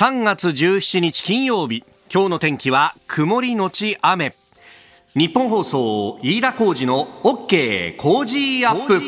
3月17日金曜日、今日の天気は曇りのち雨。日本放送飯田浩司の OK 工事アップ。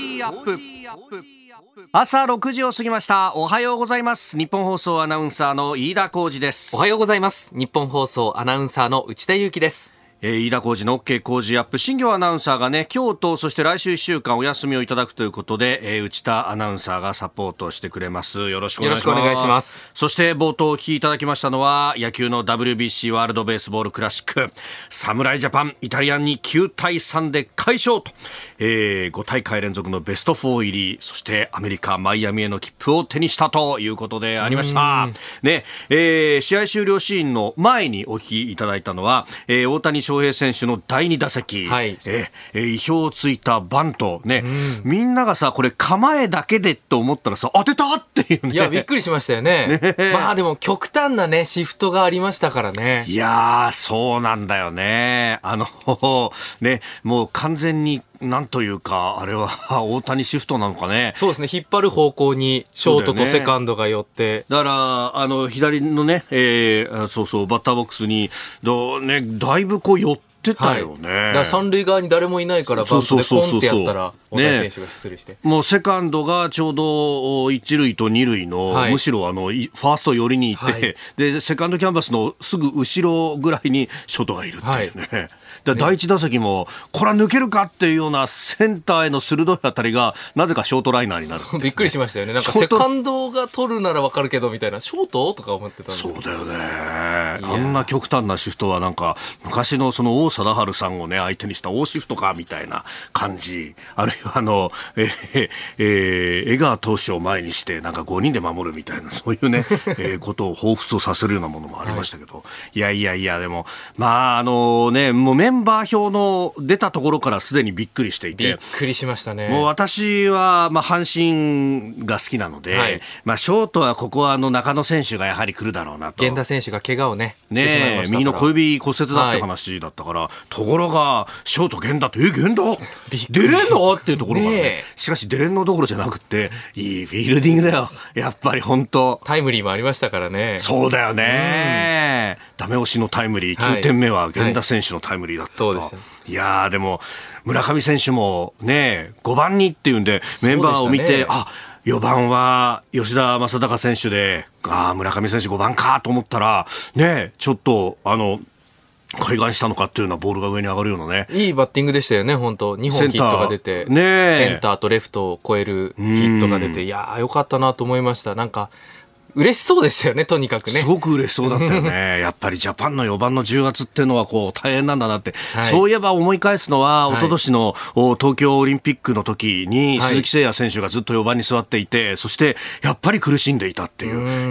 朝6時を過ぎました。おはようございます。日本放送アナウンサーの飯田浩司です。 おはようございます。日本放送アナウンサーの内田裕樹です。 飯田浩司の OK 工事アップ。新業アナウンサーがね、今日とそして来週1週間お休みをいただくということで、内田アナウンサーがサポートしてくれます。よろしくお願いします。 よろしくお願いします。 そして冒頭お聞きいただきましたのは、野球の WBC ワールドベースボールクラシック、侍ジャパンイタリアンに9対3で快勝と、5大会連続のベスト4入り、そしてアメリカマイアミへの切符を手にしたということでありましたね。試合終了シーンの前にお聞きいただいたのは、大谷翔平選手の第2打席、 はい、 意表をついたバントね、みんながさ、これ構えだけでと思ったらさ、当てたっていうね。 いや、びっくりしましたよね。まあでも極端なねシフトがありましたからね。 いやー、そうなんだよね。ね、もう完全になんというか、あれは大谷シフトなのかね。 そうですね、引っ張る方向にショートとセカンドが寄って、 だから左のね、そうそう、バッターボックスにだいぶこう寄ってたよね。 だから三塁側に誰もいなからバントでポンってやったら大谷選手が出塁して、 もうセカンドがちょうど一塁と二塁の、むしろファースト寄りにいて、でセカンドキャンバスのすぐ後ろぐらいにショートがいるっていうね。第一打席もこれは抜けるかっていうようなセンターへの鋭い当たりがなぜかショートライナーになる、 びっくりしましたよね。なんかセカンドが取るなら分かるけどみたいな、ショートとか思ってたんですけど。 そうだよね。あんな極端なシフトはなんか昔のその王貞治さんをね相手にした大シフトかみたいな感じ、あるいは江川投手を前にしてなんか5人で守るみたいな、そういうね、ことを彷彿とさせるようなものもありましたけど、いやでもまあもうメンバー表の出たところからすでにびっくりしていて、 びっくりしましたね。 もう私は阪神が好きなので、ショートはここは中野選手がやはり来るだろうなと。 源田選手が怪我をねしてしまいましたから、 右の小指骨折だった話だったから、ところがショート源田って源田出れんのっていうところがね、しかし出れんのどころじゃなくていいフィールディングだよ、やっぱり本当。 タイムリーもありましたからね。 そうだよね、ダメ押しのタイムリー、9点目は源田選手のタイムリーだったと、 そうです。 いやでも村上選手もね5番にっていうんでメンバーを見て、4番は吉田正尚選手で、村上選手5番かと思ったらね、ちょっと開眼したのかっていうようなボールが上に上がるようなね、 いいバッティングでしたよね。本当2本ヒットが出て、センターとレフトを超えるヒットが出て、いやーよかったなと思いました。なんか嬉しそうでしたよね、とにかくね。 すごく嬉しそうだったよね。やっぱりジャパンの4番の重圧っていうのはこう大変なんだなって、そういえば思い返すのは、一昨年の東京オリンピックの時に鈴木誠也選手がずっと4番に座っていて、そしてやっぱり苦しんでいたっていう、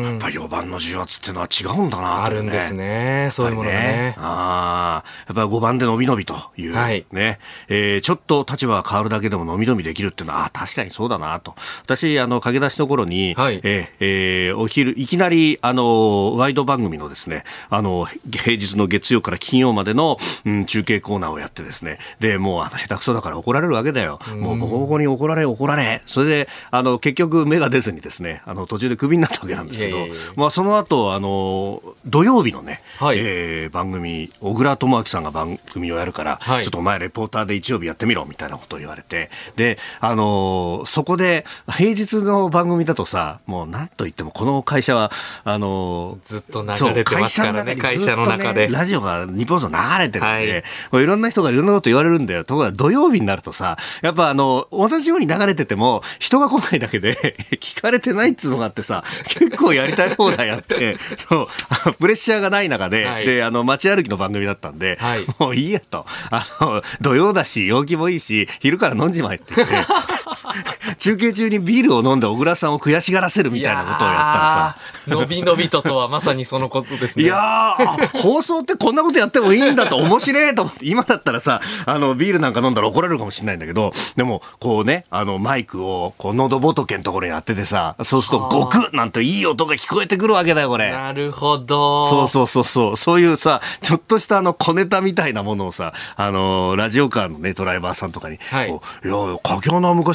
やっぱり4番の重圧っていうのは違うんだなって、 あるんですね、そういうものがね。 やっぱり5番で伸び伸びという、ね、ちょっと立場が変わるだけでも伸び伸びできるっていうのは確かにそうだなと。私駆け出しの頃に、いきなりワイド番組のですね、平日の月曜から金曜までの、中継コーナーをやってですね、でもう下手くそだから怒られるわけだよ、もうボコボコに怒られ、それで結局芽が出ずにですね、途中でクビになったわけなんですけど、その後土曜日のね、番組、小倉智昭さんが番組をやるから、ちょっとお前レポーターで日曜日やってみろみたいなことを言われて、でそこで平日の番組だとさ、もうなんといってもこの会社はずっと流れてますからね、会社の中でラジオが日本放送流れてるんで、いろんな人がいろんなこと言われるんだよ。ところが土曜日になるとさ、やっぱ同じように流れてても人が来ないだけで聞かれてないっつうのがあってさ、結構やりたい放題やってそうプレッシャーがない中で、で街歩きの番組だったんで、もういいやと、土曜だし陽気もいいし昼から飲んじまえって言って中継中にビールを飲んで小倉さんを悔しがらせるみたいなことをやったらさ、 のびのびとはまさにそのことですね。 いや放送ってこんなことやってもいいんだと、面白いと思って、今だったらさビールなんか飲んだら怒られるかもしれないんだけど、でもこうねマイクをこう喉仏のところに当ててさ、そうするとゴクなんていい音が聞こえてくるわけだよこれ。 なるほど。 そういうさちょっとした小ネタみたいなものをさラジオカーのねドライバーさんとかに、いや掛穴は昔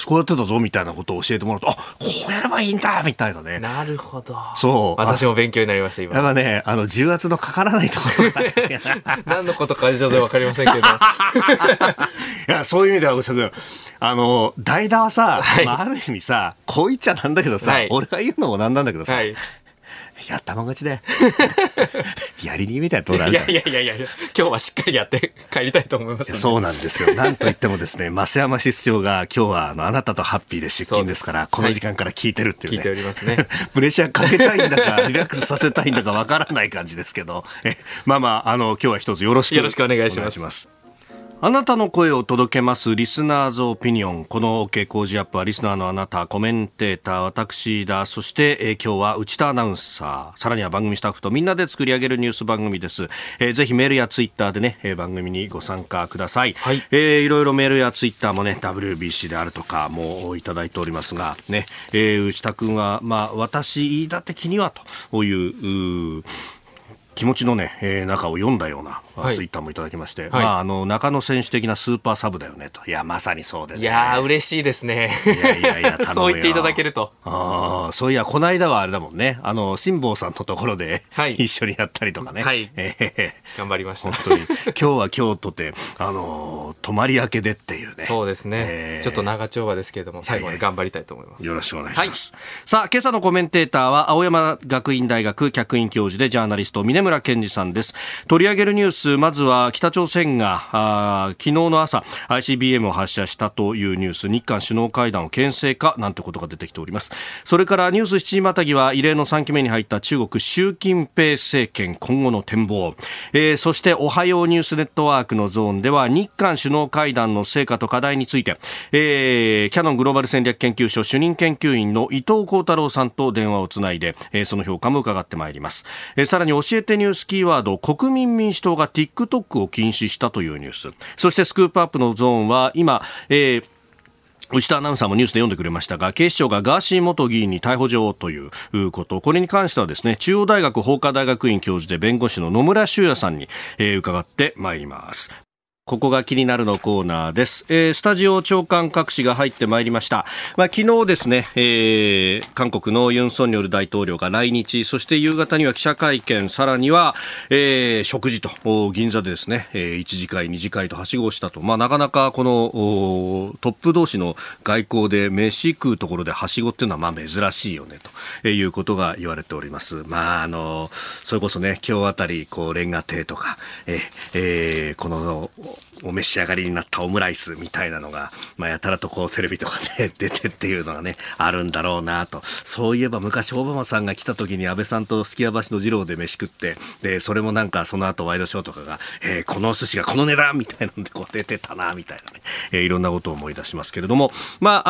こうやってたぞみたいなことを教えてもらうと、あ、こうやればいいんだみたいなね。 なるほど。 そう。 私も勉強になりました、今。 やっぱね、重圧のかからないところが何のことか以上でわかりませんけど。いや、そういう意味では、代打はさ、ある意味さ、こう言っちゃなんだけどさ、俺が言うのもなんなんだけどさ、やったもん勝ちでやりにみたいなところあるから。 いや今日はしっかりやって帰りたいと思います、ね、 そうなんですよ。なんといってもですね、増山室長が今日はあなたとハッピーで出勤ですから、この時間から聞いてるっていうね、 聞いておりますね。 プレッシャーかけたいんだかリラックスさせたいんだかわからない感じですけど、今日は一つよろしくお願いします。あなたの声を届けますリスナーズオピニオン。この OK 工事アップはリスナーのあなた、コメンテーター私だ、そして、今日は内田アナウンサー、さらには番組スタッフとみんなで作り上げるニュース番組です。ぜひメールやツイッターでね、番組にご参加ください。はい、いろいろメールやツイッターもね WBC であるとかもいただいておりますがね、内田君は私飯田的にはという気持ちのね、中を読んだような、ツイッターもいただきまして、中野選手的なスーパーサブだよねと。いや、まさにそうでね。 いやー、嬉しいですね。 いやそう言っていただけると。 そういや、この間はあれだもんね、辛坊さんのところで、一緒にやったりとかね。 頑張りました。 本当に。今日は今日とて、泊まり明けでっていうね。 そうですね。ちょっと長丁場ですけれども、最後まで頑張りたいと思います。 よろしくお願いします。さあ、今朝のコメンテーターは、青山学院大学客員教授でジャーナリスト、峰村健二さんです。取り上げるニュース、まずは北朝鮮が昨日の朝 ICBM を発射したというニュース、日韓首脳会談を牽制かなんてことが出てきております。それからニュース7時またぎは異例の3期目に入った中国習近平政権今後の展望、そしておはようニュースネットワークのゾーンでは日韓首脳会談の成果と課題について、キヤノングローバル戦略研究所主任研究員の伊藤幸太郎さんと電話をつないで、その評価も伺ってまいります。さらに教えてニュースキーワード、国民民主党が TikTok を禁止したというニュース、そしてスクープアップのゾーンは今、内田アナウンサーもニュースで読んでくれましたが、警視庁がガーシー元議員に逮捕状ということ、これに関してはですね、中央大学法科大学院教授で弁護士の野村修也さんに、伺ってまいります。ここが気になるのコーナーです。スタジオ長官各紙が入ってまいりました。昨日ですね、韓国のユン・ソンニョル大統領が来日、そして夕方には記者会見、さらには、食事と銀座でですね、1次会2次会とはしごをしたと。なかなかこのトップ同士の外交で飯食うところではしごっていうのは珍しいよねということが言われております。それこそね、今日あたりレンガ亭とか、このお召し上がりになったオムライスみたいなのが、やたらとテレビとかね出てっていうのがねあるんだろうなと。そういえば昔オバマさんが来た時に安倍さんとすき家橋の二郎で飯食って、でそれもなんかその後ワイドショーとかが、この寿司がこの値段みたいなので出てたなみたいなね、いろんなことを思い出しますけれども、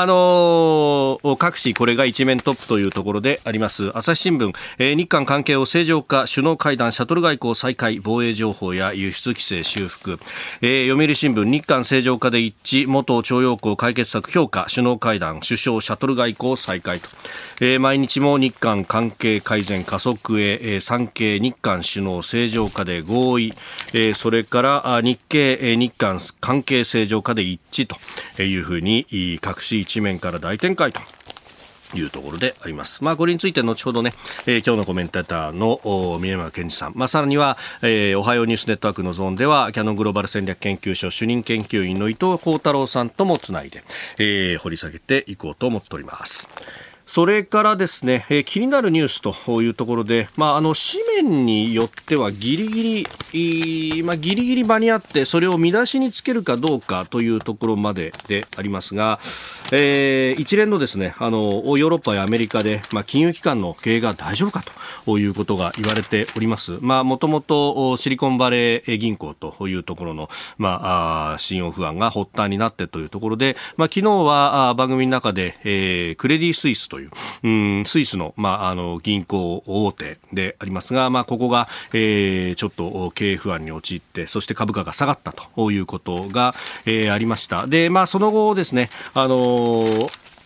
各紙これが一面トップというところであります。朝日新聞、日韓関係を正常化、首脳会談シャトル外交再開、防衛情報や輸出規制修復、読売新聞、日韓正常化で一致、元徴用工解決策評価、首脳会談、首相シャトル外交再開と、毎日も日韓関係改善加速へ、産経日韓首脳正常化で合意、それから日経、日韓関係正常化で一致というふうに各紙一面から大展開というところであります。これについて後ほどね、今日のコメンテーターの峰村健二さん、さらには、おはようニュースネットワークのゾーンではキヤノングローバル戦略研究所主任研究員の伊藤幸太郎さんともつないで、掘り下げていこうと思っております。それからですね、気になるニュースというところで、紙面によってはギリギリ間に合ってそれを見出しにつけるかどうかというところまででありますが、一連のですね、ヨーロッパやアメリカで、金融機関の経営が大丈夫かということが言われております。もともとシリコンバレー銀行というところの、信用不安が発端になってというところで、昨日は番組の中で、クレディ・スイスというスイスの、銀行大手でありますが、ここが、ちょっと経営不安に陥って、そして株価が下がったということが、ありました。で、その後ですね、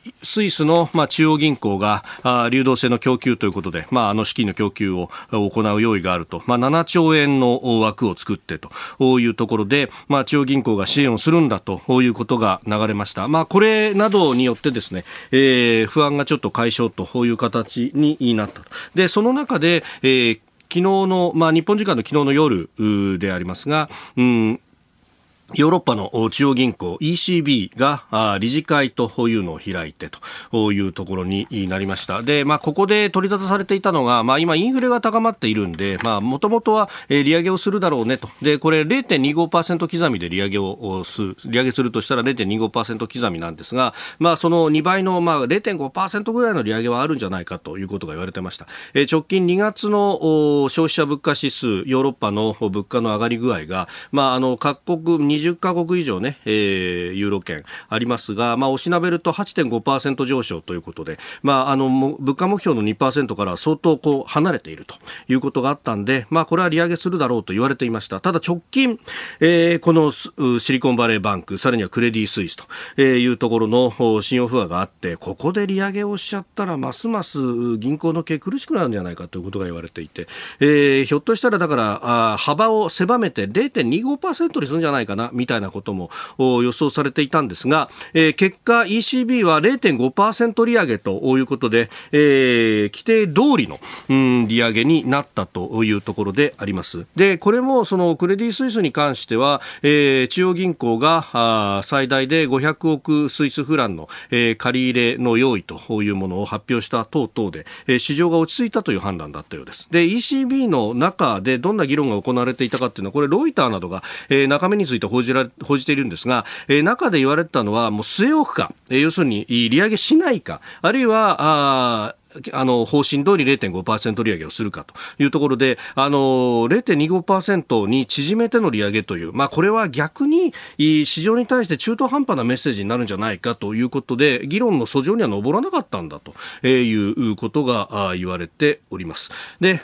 スイスの、中央銀行が流動性の供給ということで、資金の供給を行う用意があると、7兆円の枠を作ってというところで、中央銀行が支援をするんだということが流れました。これなどによってですね、不安がちょっと解消という形になった。で、その中で、昨日の、日本時間の昨日の夜でありますが、ヨーロッパの中央銀行 ECB が理事会というのを開いてというところになりました。で、ここで取り沙汰されていたのが、今インフレが高まっているんで、もともとは利上げをするだろうねと。で、これ 0.25% 刻みで利上げするとしたら 0.25% 刻みなんですが、その2倍の0.5% ぐらいの利上げはあるんじゃないかということが言われてました。直近2月の消費者物価指数、ヨーロッパの物価の上がり具合が、各国20カ国以上ね、ユーロ圏ありますが、おしなべると 8.5% 上昇ということで、物価目標の 2% から相当離れているということがあったんで、これは利上げするだろうと言われていました。ただ直近、このシリコンバレーバンク、さらにはクレディ・スイスというところの信用不安があって、ここで利上げをしちゃったらますます銀行の経営苦しくなるんじゃないかということが言われていて、ひょっとしたらだから幅を狭めて 0.25% にするんじゃないかなみたいなことも予想されていたんですが、結果 ECB は 0.5% 利上げということで、規定通りの、利上げになったというところであります。で、これもそのクレディ・スイスに関しては、中央銀行が最大で500億スイスフランの、借り入れの用意というものを発表した等々で、市場が落ち着いたという判断だったようです。で、ECB の中でどんな議論が行われていたかというのは、これロイターなどが、中身について報じているんですが、中で言われてたのはもう据え置くか、要するに利上げしないか、あるいは方針通り 0.5% 利上げをするかというところで、0.25% に縮めての利上げという、これは逆に市場に対して中途半端なメッセージになるんじゃないかということで、議論の訴状には上らなかったんだということが言われております。で、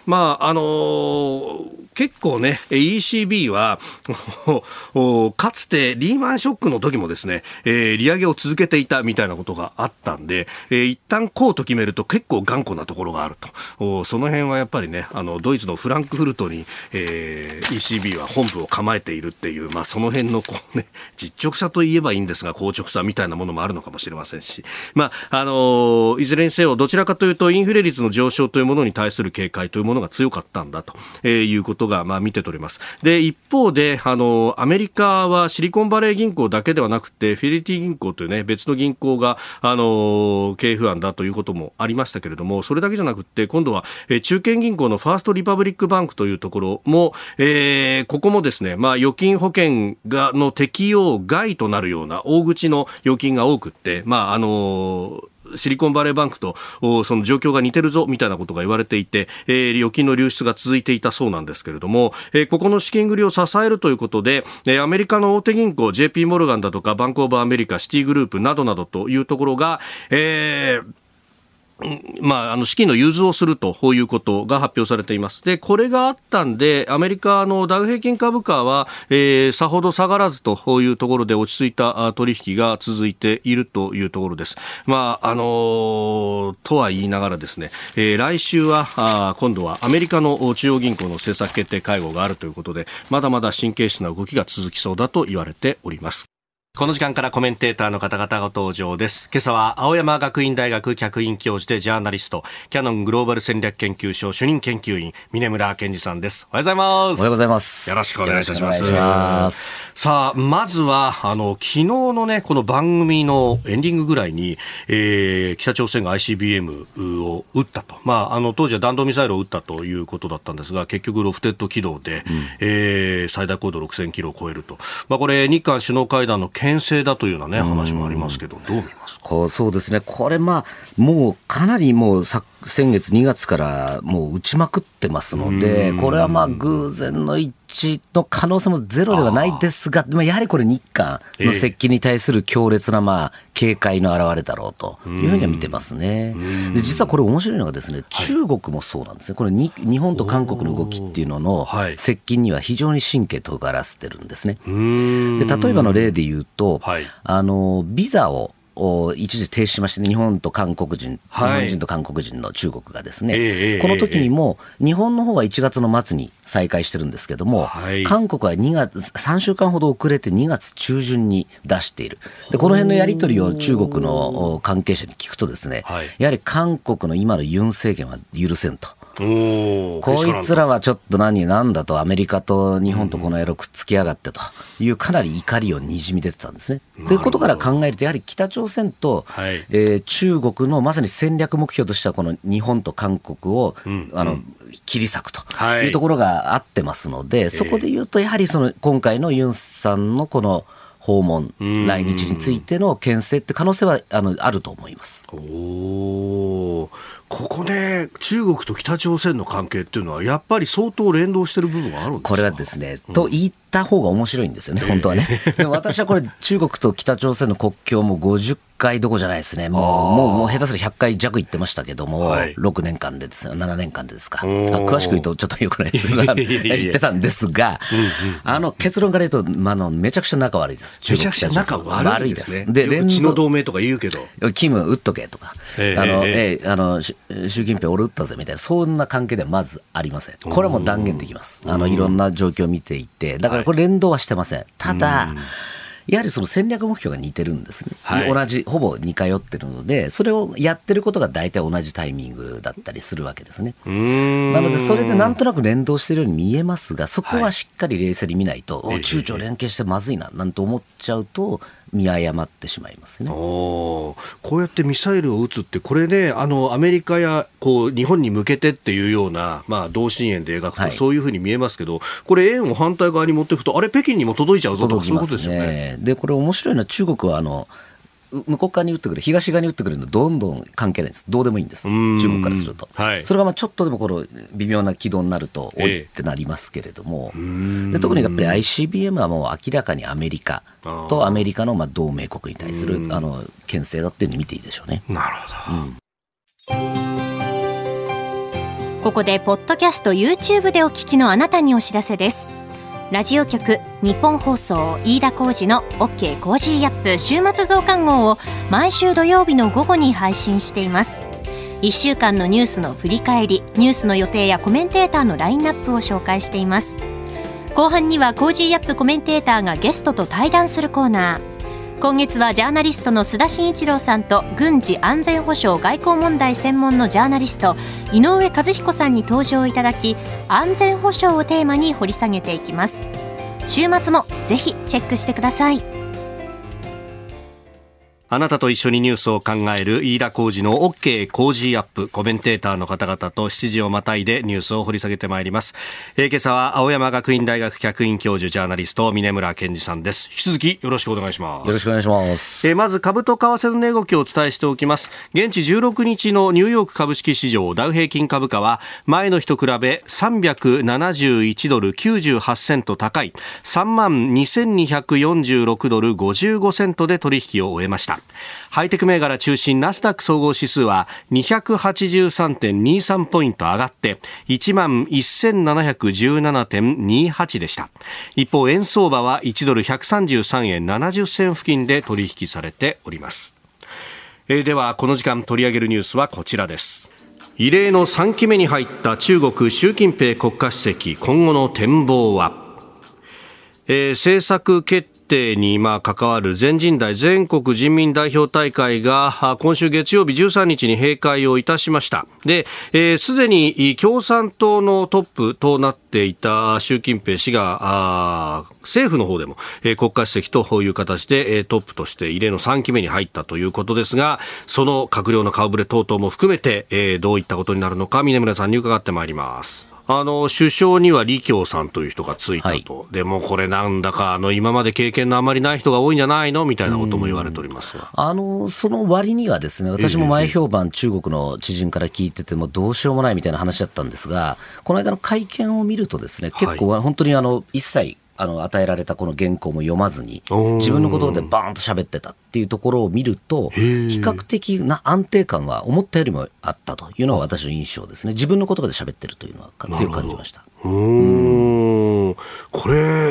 結構ね、ECB はかつてリーマンショックの時もですね、利上げを続けていたみたいなことがあったんで、一旦こうと決めると結構頑固なところがあると。その辺はやっぱりね、ドイツのフランクフルトに、ECB は本部を構えているっていう、その辺の実直さといえばいいんですが、硬直さみたいなものもあるのかもしれませんし、いずれにせよどちらかというとインフレ率の上昇というものに対する警戒というものが強かったんだということが見て取れます。で、一方でアメリカはシリコンバレー銀行だけではなくてフィデリティ銀行というね、別の銀行が経営不安だということもありましたけれども、それだけじゃなくって今度は中堅銀行のファーストリパブリックバンクというところも、ここもですね、預金保険の適用外となるような大口の預金が多くって、シリコンバレーバンクとその状況が似てるぞみたいなことが言われていて、預金の流出が続いていたそうなんですけれども、ここの資金繰りを支えるということで、アメリカの大手銀行 JP モルガンだとかバンクオブアメリカ、シティグループなどなどというところが、資金の融通をするということが発表されています。で、これがあったんで、アメリカのダウ平均株価は、さほど下がらずというところで落ち着いた取引が続いているというところです。とは言いながらですね、来週は今度はアメリカの中央銀行の政策決定会合があるということで、まだまだ神経質な動きが続きそうだと言われております。この時間からコメンテーターの方々が登場です。今朝は青山学院大学客員教授でジャーナリスト、キヤノングローバル戦略研究所主任研究員、峰村健二さんです。おはようございます。 おはようございます。 よろしくお願いいたします。さあ、まずは昨日のね、この番組のエンディングぐらいに、北朝鮮が ICBM を撃ったと、当時は弾道ミサイルを撃ったということだったんですが、結局ロフテッド軌道で、最大高度6000キロを超えると、これ日韓首脳会談の牽制だというようなね、話もありますけど、どう見ますか？ そうですね。これもうかなり先月2月からもう打ちまくってますので、これは偶然の一致の可能性もゼロではないですが、やはりこれ日韓の接近に対する強烈な警戒の表れだろうというふうには見てますね。で、実はこれ面白いのがですね、中国もそうなんですね。これ日本と韓国の動きっていうのの接近には非常に神経尖らせてるんですね。で、例えばの例で言うと、ビザを一時停止しまして、ね、日本と韓国人、日本人と韓国人の中国がですね、この時にも日本の方は1月の末に再開してるんですけども、韓国は3週間ほど遅れて2月中旬に出している。でこの辺のやり取りを中国の関係者に聞くとですね、やはり韓国の今のユン政権は許せんと。こいつらはちょっとなんだと、アメリカと日本とこの野郎くっつきやがってというかなり怒りをにじみ出てたんですね。ということから考えると、やはり北朝鮮と、中国のまさに戦略目標としてはこの日本と韓国を、切り裂くというところがあってますので、そこで言うとやはり今回のユンさんのこの訪問、来日についての牽制って可能性はあると思います。 ここで中国と北朝鮮の関係っていうのはやっぱり相当連動してる部分があるんですか。 これはですね、と言った方が面白いんですよね、本当はね。でも私はこれ中国と北朝鮮の国境も50回どころじゃないですね。もう下手すると100回弱行ってましたけども、6年間でですね、7年間でですか。詳しく言うとちょっとよくないですが言ってたんですが、結論から言うと、めちゃくちゃ仲悪いです。 めちゃくちゃ仲悪いですね。で血の同盟とか言うけど、 キム撃っとけとか、習近平俺撃ったぜみたいな、そんな関係ではまずありません。これはもう断言できます。いろんな状況を見ていて、だからこれ連動はしてません。ただやはりその戦略目標が似てるんですね。同じ、ほぼ似通ってるので、それをやってることが大体同じタイミングだったりするわけですね。なので、それでなんとなく連動しているように見えますが、そこはしっかり冷静に見ないと、中朝連携してまずいな、なんて思っちゃうと、見誤ってしまいますね。 こうやってミサイルを撃つって、これね、アメリカや日本に向けてっていうような、同心円で描くとそういうふうに見えますけど、これ円を反対側に持っていくと、あれ北京にも届いちゃうぞとか、そういうことですよね。 でこれ面白いのは、中国は向こう側に撃ってくる、東側に撃ってくるのどんどん関係ないです。どうでもいいんです、中国からすると。それがちょっとでもこの微妙な軌道になるとおいってなりますけれども、で特にやっぱり ICBM はもう明らかにアメリカとアメリカの同盟国に対する牽制だっていうふうに見ていいでしょうね。 なるほど、 ここでポッドキャスト YouTube でお聞きのあなたにお知らせです。ラジオ局日本放送飯田浩司の OK コージーアップ週末増刊号を毎週土曜日の午後に配信しています。1週間のニュースの振り返り、ニュースの予定やコメンテーターのラインナップを紹介しています。後半にはコージーアップコメンテーターがゲストと対談するコーナー。今月はジャーナリストの須田慎一郎さんと軍事安全保障外交問題専門のジャーナリスト井上和彦さんに登場いただき、安全保障をテーマに掘り下げていきます。週末もぜひチェックしてください。 あなたと一緒にニュースを考える飯田浩司の OK コージーアップ、コメンテーターの方々と7時をまたいでニュースを掘り下げてまいります。今朝は青山学院大学客員教授ジャーナリスト峯村健二さんです。引き続きよろしくお願いします。 よろしくお願いします。 まず株と為替の値動きをお伝えしておきます。現地16日のニューヨーク株式市場ダウ平均株価は前の日と比べ371ドル98セント高い 32,246 ドル55セントで取引を終えました。ハイテク銘柄中心ナスダック総合指数は 283.23 ポイント上がって11,717.28 でした。一方円相場は1ドル133円70銭付近で取引されております。ではこの時間取り上げるニュースはこちらです。異例の3期目に入った中国習近平国家主席、今後の展望は。政策決定に関わる全人代全国人民代表大会が今週月曜日13日に閉会をいたしました。で、すでに共産党のトップとなっていた習近平氏が政府の方でも国家主席という形でトップとして異例の3期目に入ったということですが、その閣僚の顔ぶれ等々も含めてどういったことになるのか峯村さんに伺ってまいります。首相には李強さんという人がついたと、でもこれなんだか今まで経験のあまりない人が多いんじゃないのみたいなことも言われておりますが、 その割にはですね、私も前評判中国の知人から聞いててもどうしようもないみたいな話だったんですが、この間の会見を見るとですね、結構本当に一切与えられたこの原稿も読まずに自分の言葉でバーンと喋ってたっていうところを見ると、比較的な安定感は思ったよりもあったというのが私の印象ですね。自分の言葉で喋ってるというのは強く感じました。 これ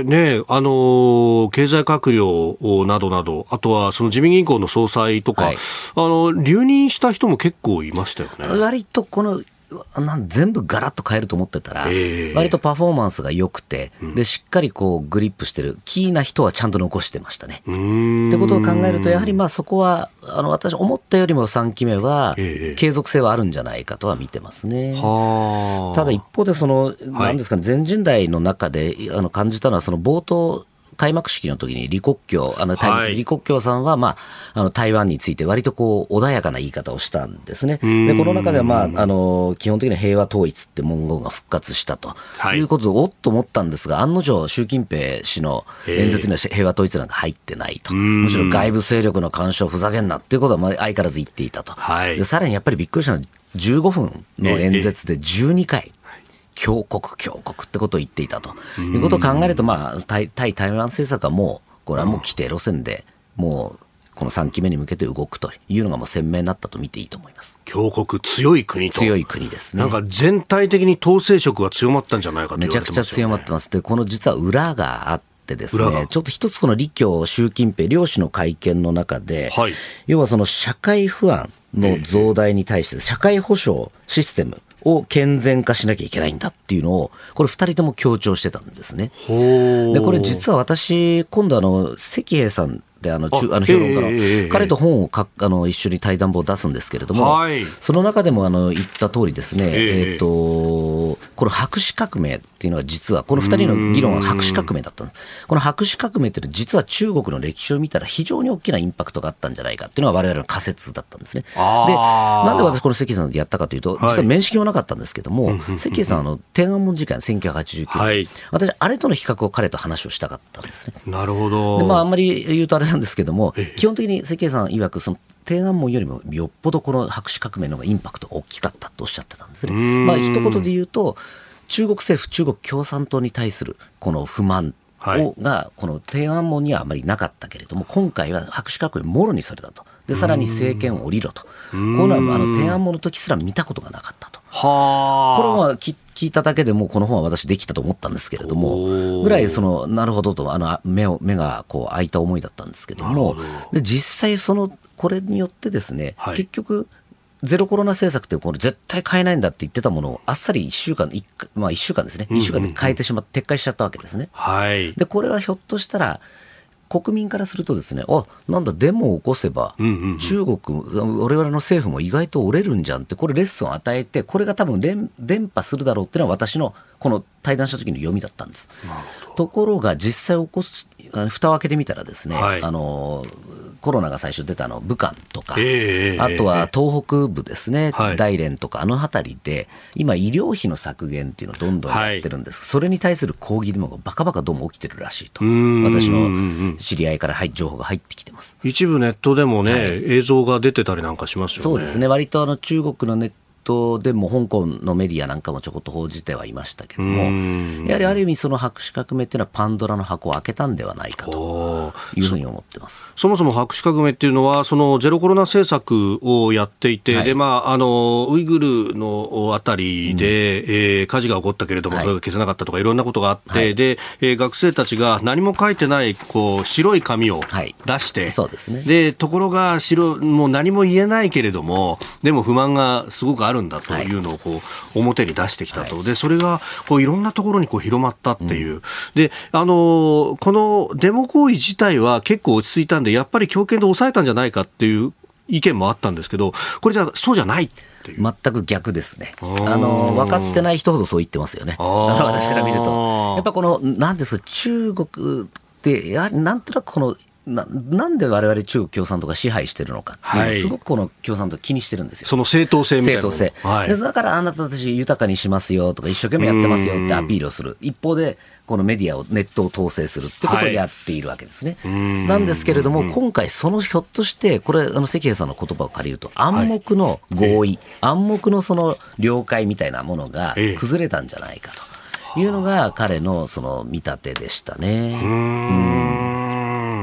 れね、経済閣僚などなど、あとはその自民銀行の総裁とか、はい、留任した人も結構いましたよね。 割とこの全部ガラッと変えると思ってたら、割とパフォーマンスが良くて、でしっかりこうグリップしてるキーな人はちゃんと残してましたね。ってことを考えると、やはりまあそこは私思ったよりも3期目は継続性はあるんじゃないかとは見てますね。ただ一方で何ですかね、全人代の中で感じたのは、その冒頭開幕式の時に李克強、李克強さんは、まあ、台湾について割とこう穏やかな言い方をしたんですね。でこの中では、まあ、基本的に平和統一って文言が復活したということで、おっと思ったんですが、案の定習近平氏の演説には平和統一なんか入ってないと。むしろ外部勢力の干渉ふざけんなっていうことは相変わらず言っていたと。でさらにやっぱりびっくりしたのは、15分の演説で12回、強国ってことを言っていたということを考えると、まあ、対台湾政策はもうこれはもう規定路線で、もうこの3期目に向けて動くというのがもう鮮明になったと見ていいと思います。 強国、強い国と。 強い国ですね。 なんか全体的に統制色が強まったんじゃないかと言われてますよね。めちゃくちゃ強まってます。でこの実は裏があってですね、ちょっと一つこの李強、習近平両氏の会見の中で、要はその社会不安の増大に対して社会保障システムを健全化しなきゃいけないんだっていうのを、これ2人とも強調してたんですね。でこれ実は私、今度石平さんで評論家の彼と本を一緒に対談本を出すんですけれども、その中でも言った通りですね、この白紙革命っていうのは実はこの2人の議論は白紙革命だったんです。この白紙革命っていうのは実は中国の歴史を見たら非常に大きなインパクトがあったんじゃないかっていうのが我々の仮説だったんですね。でなんで私この石平さんでやったかというと、実は面識もなかったんですけども、石平さん天安門事件1989年、私あれとの比較を彼と話をしたかったんですね。 なるほど。 であんまり言うとあれなんですけども、基本的に石平さん曰く、その天安門よりもよっぽどこの白紙革命の方がインパクトが大きかったとおっしゃってたんですね。一言で言うと、中国政府、中国共産党に対するこの不満がこの天安門にはあまりなかったけれども、今回は白紙革命もろにされたと。でさらに政権を降りろと。こういうのは天安門の時すら見たことがなかったと。これは聞いただけでもこの本は私できたと思ったんですけれども、ぐらいなるほどと目がこう開いた思いだったんですけども、で実際これによってですね、結局ゼロコロナ政策ってこれ絶対変えないんだって言ってたものをあっさり1週間ですね、1週間で変えてしまって撤回しちゃったわけですね。でこれはひょっとしたら国民からするとですね、なんだデモを起こせば中国、我々の政府も意外と折れるんじゃんって、これレッスンを与えて、これが多分伝播するだろうっていうのは私のこの対談した時の読みだったんです。ところが実際蓋を開けてみたらですね、コロナが最初出た武漢とか、あとは東北部ですね、大連とか辺りで今医療費の削減っていうのをどんどんやってるんですが、それに対する抗議デモがバカバカどうも起きてるらしいと、私の知り合いから情報が入ってきてます。 一部ネットでもね、映像が出てたりなんかしますよね。 そうですね、割と中国のネットでも香港のメディアなんかもちょこっと報じてはいましたけども、やはりある意味その白紙革命っていうのはパンドラの箱を開けたんではないかというふうに思ってます。 そもそも白紙革命っていうのはそのゼロコロナ政策をやっていて、でウイグルのあたりで、火事が起こったけれどもそれが消せなかったとかいろんなことがあって、で学生たちが何も書いてない白い紙を出して、 そうですね。 でところがもう何も言えないけれどもでも不満がすごくあるんだというのを表に出してきたと。でそれがいろんなところに広まったっていう、でこのデモ行為自体は結構落ち着いたんでやっぱり強権で抑えたんじゃないかっていう意見もあったんですけど、これじゃそうじゃないっていう。 全く逆ですね。分かってない人ほどそう言ってますよね。私から見るとやっぱ何ですか、中国ってやはりなんとなくなんで我々中国共産党が支配してるのかっていう、すごくこの共産党気にしてるんですよ。 その正当性みたいな。 正当性。だからあなたたち豊かにしますよとか一生懸命やってますよってアピールをする。一方でこのメディアをネットを統制するってことをやっているわけですね。なんですけれども今回ひょっとしてこれ石平さんの言葉を借りると暗黙の合意、暗黙の了解みたいなものが崩れたんじゃないかというのが彼の見立てでしたね。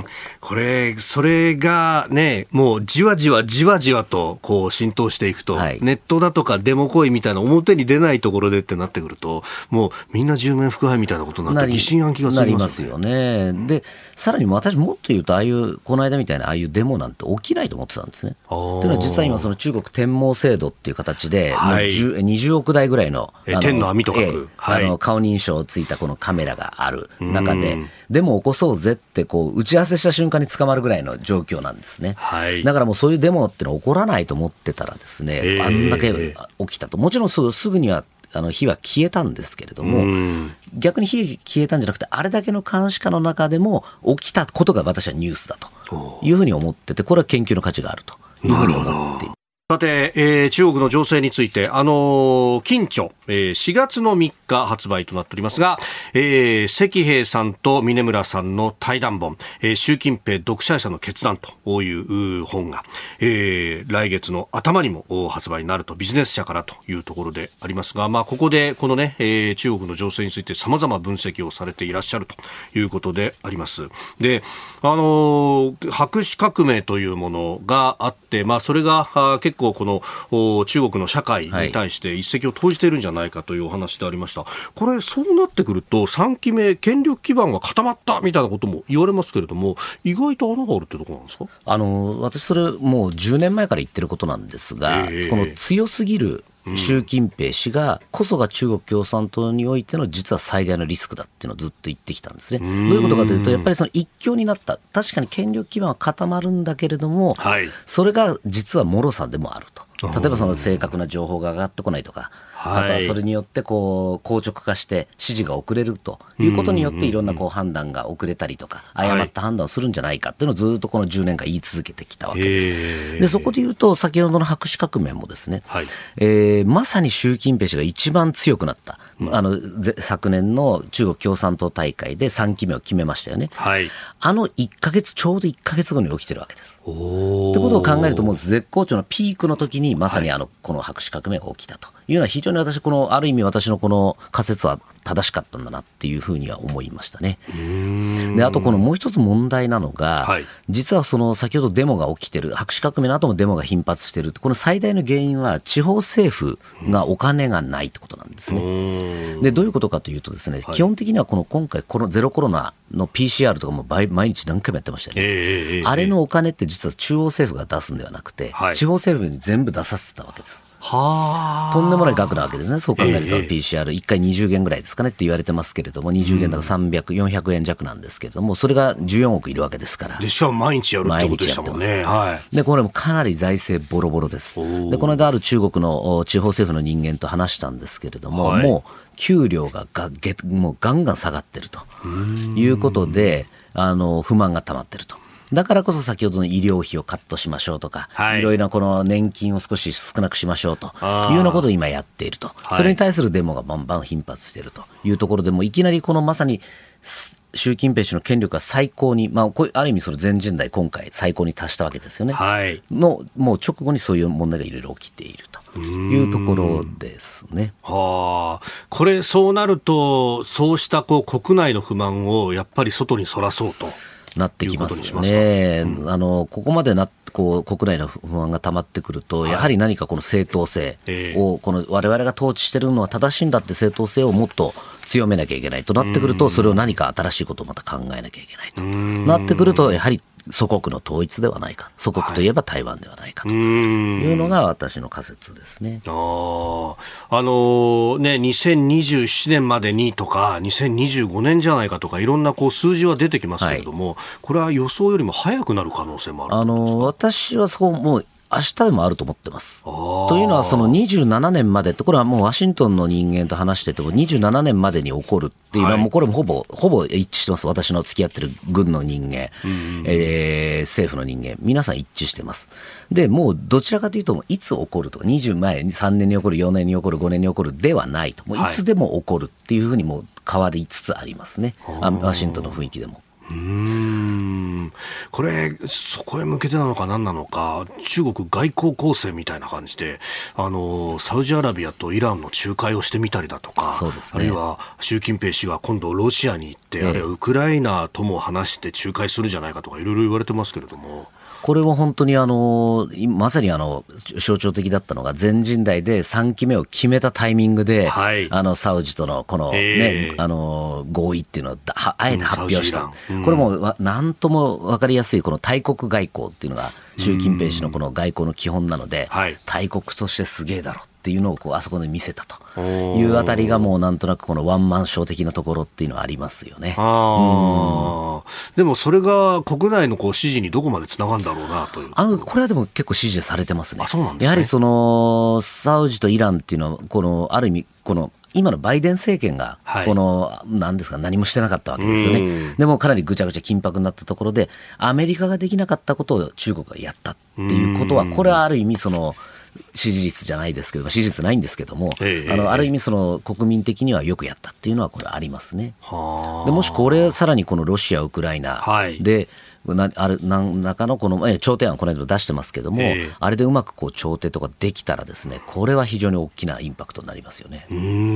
それがね、もうじわじわとこう浸透していくと、はい、ネットだとかデモ行為みたいな表に出ないところでってなってくると、もうみんな十面腹背みたいなことになって疑心暗鬼がなりますよね。で、さらに私もっと言うと、この間みたいなああいうデモなんて起きないと思ってたんですね。というのは実際今その中国天網制度っていう形で、はい、20億台ぐらいの天の網と書く、 顔認証ついたこのカメラがある中で、デモを起こそうぜってこう打ち合わせした瞬間に捕まるぐらいの状況なんですね、はい、だからもうそういうデモってのは起こらないと思ってたらですね、あんだけ起きたと。もちろんすぐには火は消えたんですけれども、逆に火消えたんじゃなくて、あれだけの監視下の中でも起きたことが私はニュースだというふうに思ってて、これは研究の価値があるというふうに思っています。 さて、中国の情勢について、近著、4月の3日発売となっておりますが、石平さんと峯村さんの対談本、習近平独裁者の決断という本が、来月の頭にも発売になると、ビジネス社からというところでありますが、ここでこのね、中国の情勢について様々分析をされていらっしゃるということであります。で、白紙革命というものがあって、それが結構この中国の社会に対して一石を投じているんじゃないかというお話でありました。これそうなってくると3期目権力基盤が固まったみたいなことも言われますけれども、意外と穴があるってところなんですか？ 私それもう10年前から言ってることなんですが、この強すぎる習近平氏がこそが中国共産党においての実は最大のリスクだっていうのをずっと言ってきたんですね。どういうことかというと、やっぱりその一強になった、確かに権力基盤は固まるんだけれども、はい、それが実は脆さでもあると。例えばその正確な情報が上がってこないとか、あとはそれによってこう硬直化して指示が遅れるということによっていろんなこう判断が遅れたりとか誤った判断をするんじゃないかっていうのをずっとこの10年間言い続けてきたわけです。でそこで言うと先ほどの白紙革命もですね、まさに習近平氏が一番強くなった昨年の中国共産党大会で3期目を決めましたよね、はい、1ヶ月ちょうど1ヶ月後に起きてるわけです。ということを考えるともう絶好調のピークの時にまさにこの白紙革命が起きたというのは非常にある意味私のこの仮説は正しかったんだなっていうふうには思いましたね。であとこのもう一つ問題なのが、はい、実はその先ほどデモが起きてる、白紙革命の後もデモが頻発してる、この最大の原因は地方政府がお金がないってことなんですね。でどういうことかというとですね、はい、基本的には今回このゼロコロナの PCR とかも毎日何回もやってましたよね、あれのお金って実は中央政府が出すんではなくて、はい、地方政府に全部出させてたわけです。とんでもない額なわけですね。そう考えると PCR1 回20元ぐらいですかねって言われてますけれども、20元だから300、400円弱なんですけれども、それが14億いるわけですから。 でしかも毎日やるってことでしたもんね。はい、 でこれもかなり財政ボロボロです。でこの間ある中国の地方政府の人間と話したんですけれども、はい、もう給料がもうガンガン下がってるということで不満が溜まってると。だからこそ先ほどの医療費をカットしましょうとか、はい、いろいろなこの年金を少し少なくしましょうというようなことを今やっていると。それに対するデモがバンバン頻発しているというところで、もういきなりこのまさに習近平氏の権力が最高に、ある意味それ全人代今回最高に達したわけですよね、はい、もう直後にそういう問題がいろいろ起きているというところですね。 これそうなるとそうした国内の不満をやっぱり外にそらそうとなってきますよね。ここまで国内の不安が溜まってくると、やはり何かこの正当性を、この我々が統治しているのは正しいんだって正当性をもっと強めなきゃいけないとなってくると、それを何か新しいことをまた考えなきゃいけないとなってくると、やはり祖国の統一ではないか、祖国といえば台湾ではないかというのが私の仮説ですね。 2027年までにとか2025年じゃないかとかいろんな数字は出てきますけれども、はい、これは予想よりも早くなる可能性もあるんですか？ 私はもう明日でもあると思ってます。というのはその27年までって、これはもうワシントンの人間と話してても27年までに起こるっていうのはもうこれもほぼ一致してます。私の付き合ってる軍の人間、政府の人間皆さん一致してます。でもうどちらかというといつ起こるとか20前に3年に起こる4年に起こる5年に起こるではないと、もういつでも起こるっていうふうにもう変わりつつありますね、ワシントンの雰囲気でも。 これそこへ向けてなのか何なのか、中国外交攻勢みたいな感じでサウジアラビアとイランの仲介をしてみたりだとか、 そうですね、 あるいは習近平氏が今度ロシアに行って、あるいはウクライナとも話して仲介するんじゃないかとかいろいろ言われてますけれども、 これは本当にまさに象徴的だったのが、全人代で3期目を決めたタイミングで、はい、サウジとのこの、ね合意っていうのをあえて発表した、これもなんとも分かりやすいこの大国外交っていうのが習近平氏のこの外交の基本なので、大国としてすげえだろっていうのをあそこで見せたというあたりが、もうなんとなくこのワンマンショー的なところっていうのはありますよね。 でもそれが国内の支持にどこまでつながるんだろうなという。 これはでも結構支持されてますね。 そうなんですね。 やはりサウジとイランっていうのはある意味今のバイデン政権が何ですか、何もしてなかったわけですよね。でもかなりぐちゃぐちゃ緊迫になったところで、アメリカができなかったことを中国がやったっていうことは、これはある意味支持率じゃないですけど、支持率ないんですけども、ある意味国民的にはよくやったっていうのはこれありますね。でもしさらにこのロシア、ウクライナで、何らかの調停案この間出してますけども、あれでうまく調停とかできたらですね、これは非常に大きなインパクトになりますよね。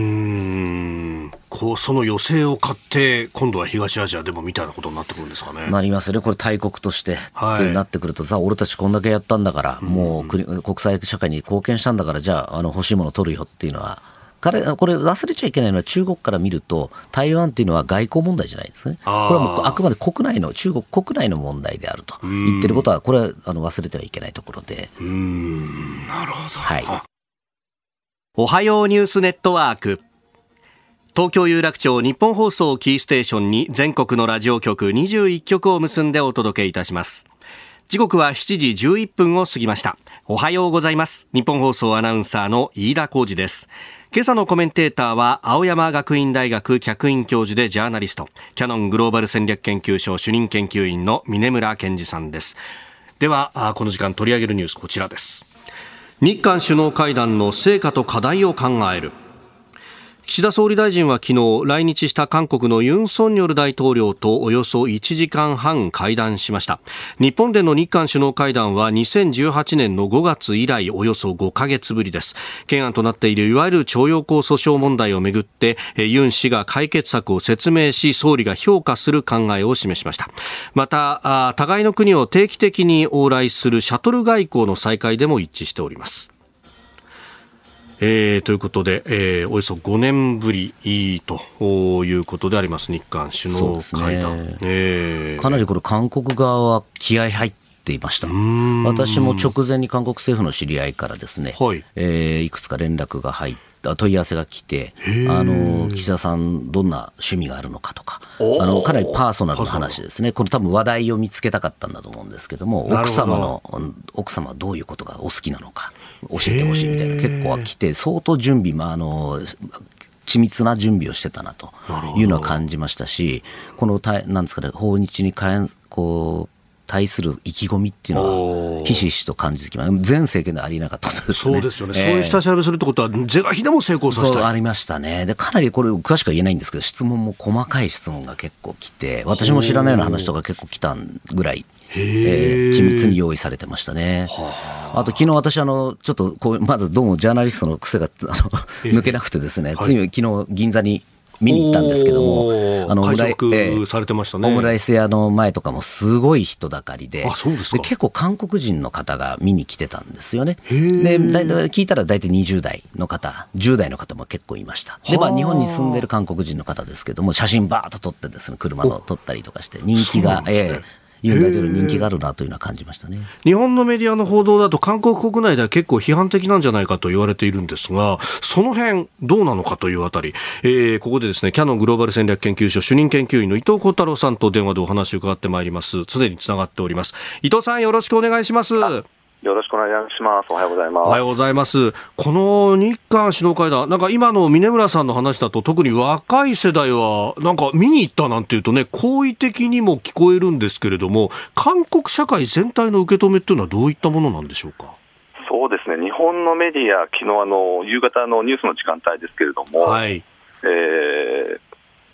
その余勢を買って今度は東アジアでもみたいなことになってくるんですかね。 なりますよね。これ大国としてってなってくると、俺たちこんだけやったんだから、もう国際社会に貢献したんだから、じゃあ欲しいものを取るよっていうのは、これ忘れちゃいけないのは、中国から見ると台湾っていうのは外交問題じゃないですね。これはもうあくまで中国国内の問題であると言ってることは、これは忘れてはいけないところで。 なるほど。 はい。 おはようニュースネットワーク、東京有楽町日本放送キーステーションに全国のラジオ局21局を結んでお届けいたします。時刻は7時11分を過ぎました。おはようございます。日本放送アナウンサーの飯田浩司です。今朝のコメンテーターは青山学院大学客員教授でジャーナリスト、キヤノングローバル戦略研究所主任研究員の峯村健二さんです。ではこの時間取り上げるニュース、こちらです。日韓首脳会談の成果と課題を考える。岸田総理大臣は昨日、来日した韓国のユン・ソンニョル大統領とおよそ1時間半会談しました。日本での日韓首脳会談は2018年の5月以来およそ5ヶ月ぶりです。懸案となっているいわゆる徴用工訴訟問題をめぐってユン氏が解決策を説明し、総理が評価する考えを示しました。また互いの国を定期的に往来するシャトル外交の再開でも一致しております。ということで、およそ5年ぶりということであります、日韓首脳会談。 かなりこれ韓国側は気合入っていました。私も直前に韓国政府の知り合いからですね、いくつか連絡が入った問い合わせが来て、岸田さんどんな趣味があるのかとか、かなりパーソナルな話ですね。これ多分話題を見つけたかったんだと思うんですけども、奥様はどういうことがお好きなのか教えてほしいみたいな結構来て、相当準備、緻密な準備をしてたなというのは感じましたし、このなんですかね、訪日に対する意気込みっていうのはひしひしと感じてきます。前政権でありえなかったですね。 そうですよね。そういう下調べするってことは是が非でも成功させたい。 そうありましたね。でかなりこれ詳しくは言えないんですけど、質問も細かい質問が結構来て、私も知らないような話とか結構来たぐらい緻密に用意されてましたね。あと昨日私ちょっとまだどうもジャーナリストの癖が抜けなくてですね、昨日銀座に見に行ったんですけども、 会食されてましたね。 オムライス屋の前とかもすごい人だかりで、 そうですか。 結構韓国人の方が見に来てたんですよね。で聞いたら大体20代の方、10代の方も結構いました。で、日本に住んでる韓国人の方ですけども、写真バーッと撮ってですね、車の撮ったりとかして人気がユン大統領人気があるなというのは感じましたね。 日本のメディアの報道だと韓国国内では結構批判的なんじゃないかと言われているんですが、その辺どうなのかというあたり、ここでですね、キヤノングローバル戦略研究所主任研究員の伊藤幸太郎さんと電話でお話を伺ってまいります。すでにつながっております。伊藤さん、よろしくお願いします。 よろしくお願いします。おはようございます。 おはようございます。この日韓首脳会談、なんか今の峯村さんの話だと、特に若い世代はなんか見に行ったなんていうとね、好意的にも聞こえるんですけれども、韓国社会全体の受け止めっていうのはどういったものなんでしょうか。 そうですね、日本のメディア、昨日夕方のニュースの時間帯ですけれども、大統領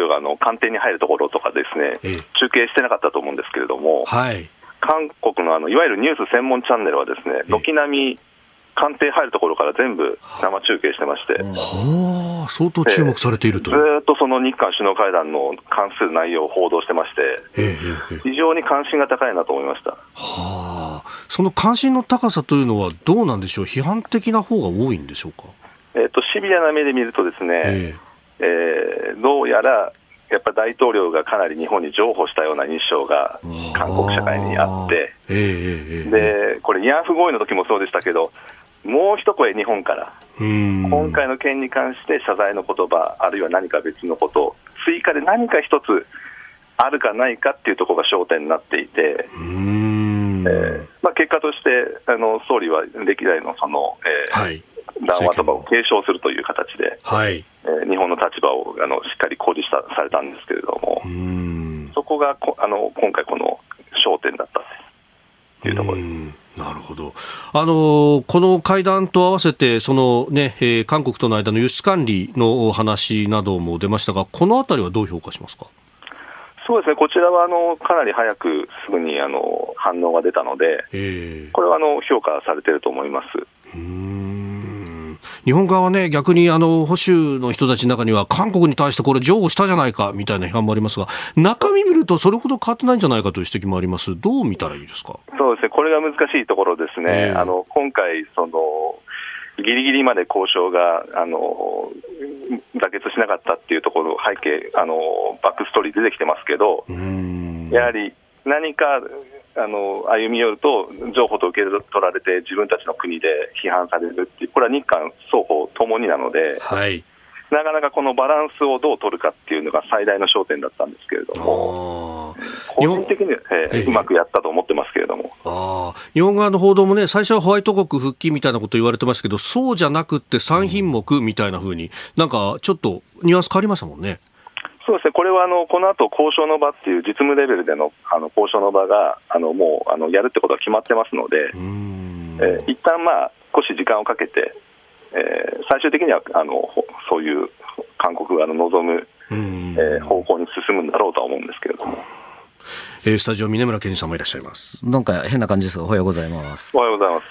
が官邸に入るところとかですね、中継してなかったと思うんですけれども、はい、韓国のいわゆるニュース専門チャンネルはですね、軒並み官邸入るところから全部生中継してまして、 相当注目されていると。 ずっとその日韓首脳会談の関する内容を報道してまして、非常に関心が高いなと思いました。 その関心の高さというのはどうなんでしょう、批判的な方が多いんでしょうか。 シビアな目で見るとですね、どうやらやっぱ大統領がかなり日本に譲歩したような印象が韓国社会にあって、でこれ慰安婦合意の時もそうでしたけど、もう一声日本から今回の件に関して謝罪の言葉、あるいは何か別のこと追加で何か一つあるかないかっていうところが焦点になっていて、結果として総理は歴代のその、談話とかを継承するという形で、日本の立場をしっかり誇示されたんですけれども、そこが今回この焦点だったというところです。 なるほど。この会談と合わせてその、韓国との間の輸出管理の話なども出ましたが、このあたりはどう評価しますか。 そうですね、こちらはかなり早くすぐに反応が出たので、これは評価されていると思います。 日本側はね、逆に保守の人たちの中には韓国に対してこれ譲歩したじゃないかみたいな批判もありますが、中身見るとそれほど変わってないんじゃないかという指摘もあります。どう見たらいいですか。 そうですね、これが難しいところですね。今回ギリギリまで交渉が妥結しなかったっていうところ背景バックストーリー出てきてますけど、やはり何か歩み寄ると譲歩と受け取られて自分たちの国で批判されるっていう、これは日韓双方ともになので、なかなかこのバランスをどう取るかっていうのが最大の焦点だったんですけれども、個人的には、うまくやったと思ってますけれども、 日本側の報道もね、最初はホワイト国復帰みたいなこと言われてますけど、そうじゃなくって3品目みたいな風になんかちょっとニュアンス変わりましたもんね。 そうですね、これはこの後交渉の場っていう実務レベルでの交渉の場がもうやるってことは決まってますので、一旦少し時間をかけて、最終的にはそういう韓国側の望む、方向に進むんだろうとは思うんですけれども。 スタジオ峯村健二さんもいらっしゃいます。 なんか変な感じですが、おはようございます。 おはようございます。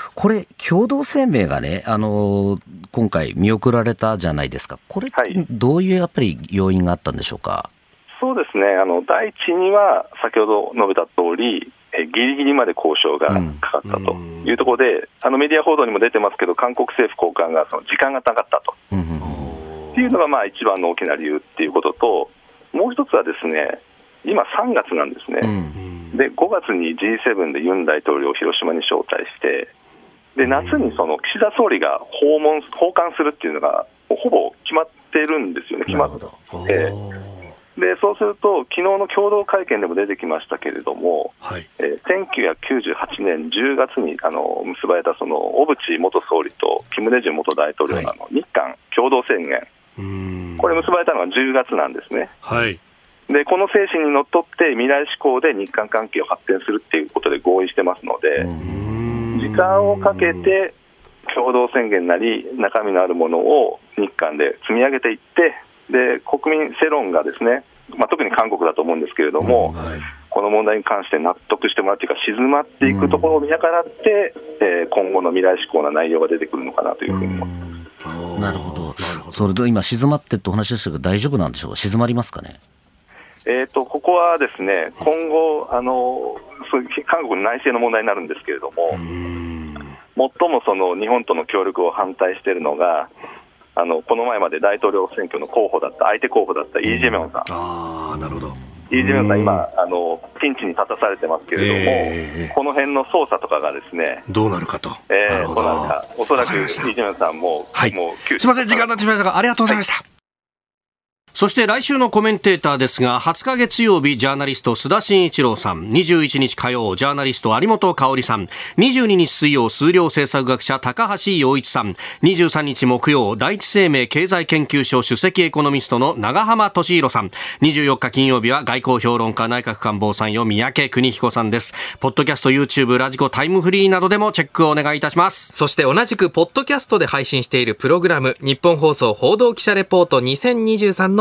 これ共同声明がね、今回見送られたじゃないですか。これどういうやっぱり要因があったんでしょうか。 そうですね、第一には先ほど述べた通り、ギリギリまで交渉がかかったというところで、メディア報道にも出てますけど、韓国政府高官がその時間がなかったと、っていうのが一番の大きな理由っていうことと、もう一つはですね、今3月なんですね、で5月に G7 でユン大統領を広島に招待して、で夏にその岸田総理が訪韓するっていうのがほぼ決まっているんですよね。決まってで、そうすると昨日の共同会見でも出てきましたけれども、1998年10月に結ばれたその小渕元総理とキム・デジュン元大統領の日韓共同宣言、これ結ばれたのは10月なんですね。でこの精神にのっとって未来志向で日韓関係を発展するっていうことで合意してますので、時間をかけて共同宣言なり中身のあるものを日韓で積み上げていって、で国民世論がですね、特に韓国だと思うんですけれども、この問題に関して納得してもらっていうか静まっていくところを見計らって、今後の未来志向な内容が出てくるのかなというふうに思います。 なるほど。それと今静まってってお話でしたけど、大丈夫なんでしょうか。静まりますかね。 ここはですね、今後韓国の内政の問題になるんですけれども、最もその日本との協力を反対しているのが、この前まで大統領選挙の相手候補だったイ・ジェミョンさん。 なるほど。 イ・ジェミョンさん今ピンチに立たされてますけれども、この辺の捜査とかがですね、 どうなるかと。 どうなるか、おそらくイ・ジェミョンさんも、 すいません、時間になってしまいましたが、ありがとうございました。そして来週のコメンテーターですが、20日月曜日ジャーナリスト須田慎一郎さん、21日火曜ジャーナリスト有本香里さん、22日水曜数量政策学者高橋洋一さん、23日木曜第一生命経済研究所首席エコノミストの長浜俊弘さん、24日金曜日は外交評論家内閣官房参与三宅邦彦さんです。ポッドキャスト YouTube ラジコタイムフリーなどでもチェックをお願いいたします。 そして同じくポッドキャストで配信しているプログラム、日本放送報道記者レポート2023の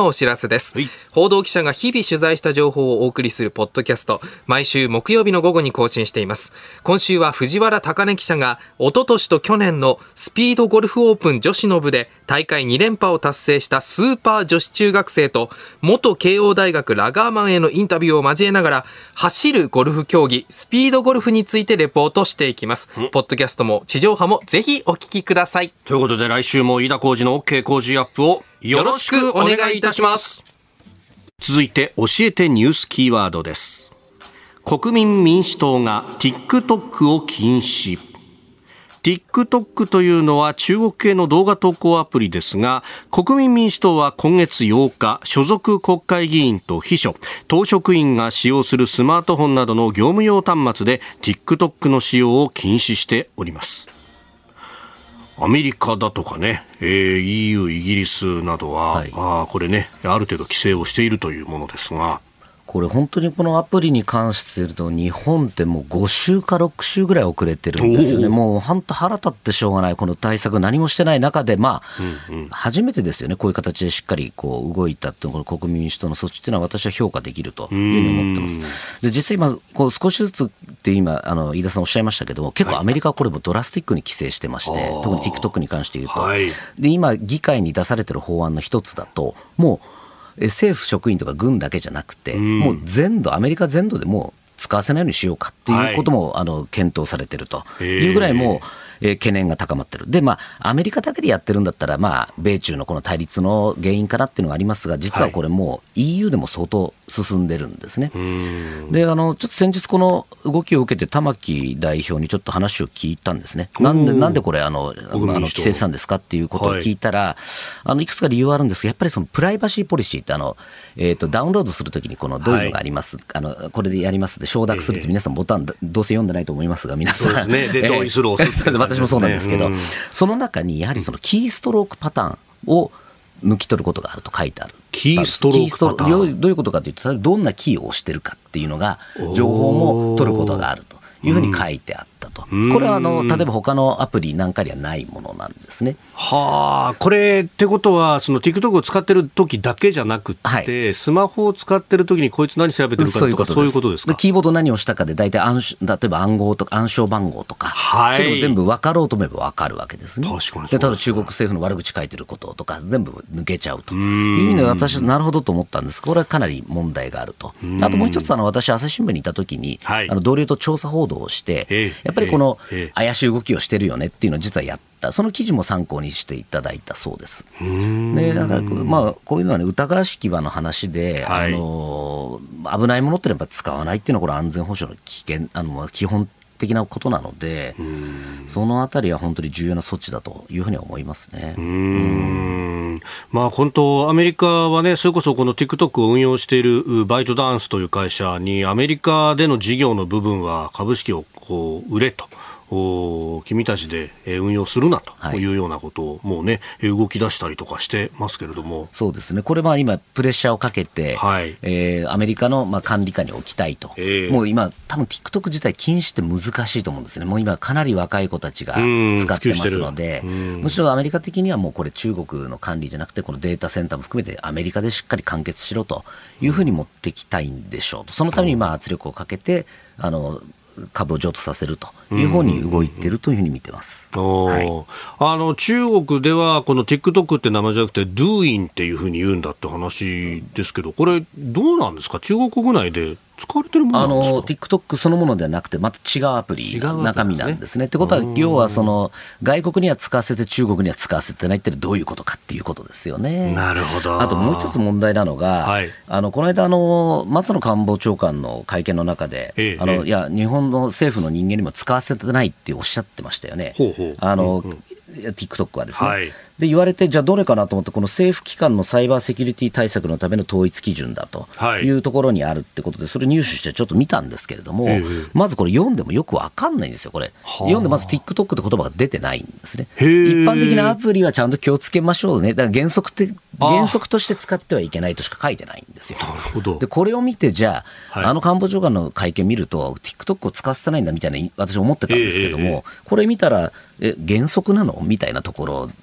のお知らせです。報道記者が日々取材した情報をお送りするポッドキャスト、毎週木曜日の午後に更新しています。今週は藤原貴根記者が一昨年と去年のスピードゴルフオープン女子の部で大会2連覇を達成したスーパー女子中学生と元慶応大学ラガーマンへのインタビューを交えながら、走るゴルフ競技スピードゴルフについてレポートしていきます。ポッドキャストも地上波もぜひお聞きください。 ということで来週も飯田浩司の OK 工事アップをよろしくお願いいたします。続いて教えてニュースキーワードです。国民民主党が TikTok を禁止。TikTok というのは中国系の動画投稿アプリですが、国民民主党は今月8日、所属国会議員と秘書、党職員が使用するスマートフォンなどの業務用端末で TikTok の使用を禁止しております。アメリカだとかね、EU、イギリスなどは、これね、ある程度規制をしているというものですが、 これ本当にこのアプリに関して言うと日本ってもう5週か6週ぐらい遅れてるんですよね。もう本当腹立ってしょうがない、この対策何もしてない中で、初めてですよね、こういう形でしっかりこう動いたっていうこの国民民主党の措置っていうのは私は評価できるというふうに思ってます。で実際今こう少しずつって今飯田さんおっしゃいましたけども、結構アメリカはこれもドラスティックに規制してまして、特に TikTok に関して言うと、で今議会に出されてる法案の一つだと、もう政府職員とか軍だけじゃなくて、もう全土、アメリカ全土でもう使わせないようにしようかっていうことも、検討されているというぐらいもう、懸念が高まっている。で、アメリカだけでやってるんだったら、米中のこの対立の原因かなっていうのがありますが、実はこれもう EU でも相当進んでるんですね。で、ちょっと先日この動きを受けて玉木代表にちょっと話を聞いたんですね。なんでこれ規制したんですかっていうことを聞いたら、いくつか理由はあるんですが、やっぱりそのプライバシーポリシーってダウンロードするときにこのどういうのがあります、これでやりますで承諾するって皆さんボタンどうせ読んでないと思いますが、皆さんそうですね。で同意する押す私もそうなんですけど、その中にやはりそのキーストロークパターンを抜き取ることがあると書いてある。 キーストロークパターン、 どういうことかというと、どんなキーを押してるかっていうのが情報も取ることがあるというふうに書いてあったと。これは例えば他のアプリなんかにはないものなんですね。 これってことはその TikTok を使ってる時だけじゃなくて、スマホを使ってる時にこいつ何調べてるかとかそういうことですか。 キーボード何をしたかで大体例えば暗号とか暗証番号とか、それを全部分かろうと思えば分かるわけですね。 確かにで、ただ中国政府の悪口書いてることとか全部抜けちゃうという意味で私はなるほどと思ったんですが、これはかなり問題があると。あともう一つ私朝日新聞にいた時に、同僚と調査報道をして、やっぱりこの怪しい動きをしてるよねっていうのを実はやった。その記事も参考にしていただいたそうです。でだからこういうのはね、疑わしきはの話で、危ないものってやっぱ使わないっていうのはこれ安全保障の基本的なことなので、そのあたりは本当に重要な措置だというふうに思いますね。 本当アメリカはね、それこそこの TikTok を運用しているバイトダンスという会社にアメリカでの事業の部分は株式を売れと、君たちで運用するなというようなことをもうね、動き出したりとかしてますけれども。 そうですね。これは今プレッシャーをかけて、アメリカの管理下に置きたいと。もう今多分 TikTok 自体禁止って難しいと思うんですね。もう今かなり若い子たちが使ってますので、むしろアメリカ的にはもうこれ中国の管理じゃなくて、このデータセンターも含めてアメリカでしっかり完結しろというふうに持ってきたいんでしょうと。そのために圧力をかけて株を譲渡させるという方に動いているというふうに見てます。 中国ではこの TikTok って名前じゃなくて Douyin っていうふうに言うんだって話ですけど、これどうなんですか。中国国内で使われてるものなんですか。 TikTok そのものではなくてまた違うアプリの中身なんですね。ってことは要はその外国には使わせて中国には使わせてないってどういうことかっていうことですよね。 なるほど。 あともう一つ問題なのが、この間松野官房長官の会見の中で、いや日本の政府の人間にも使わせてないっておっしゃってましたよね。TikTok はですね。で言われて、じゃあどれかなと思って、この政府機関のサイバーセキュリティ対策のための統一基準だというところにあるってことで、それ入手してちょっと見たんですけれども、まずこれ読んでもよく分かんないんですよ。これ読んでまず TikTok って言葉が出てないんですね。一般的なアプリはちゃんと気をつけましょうね。だから原則として使ってはいけないとしか書いてないんですよ。 なるほど。 でこれを見て、じゃあ、官房長官の会見見ると TikTok を使わせてないんだみたいな私思ってたんですけども、これ見たら原則なのみたいなところで言う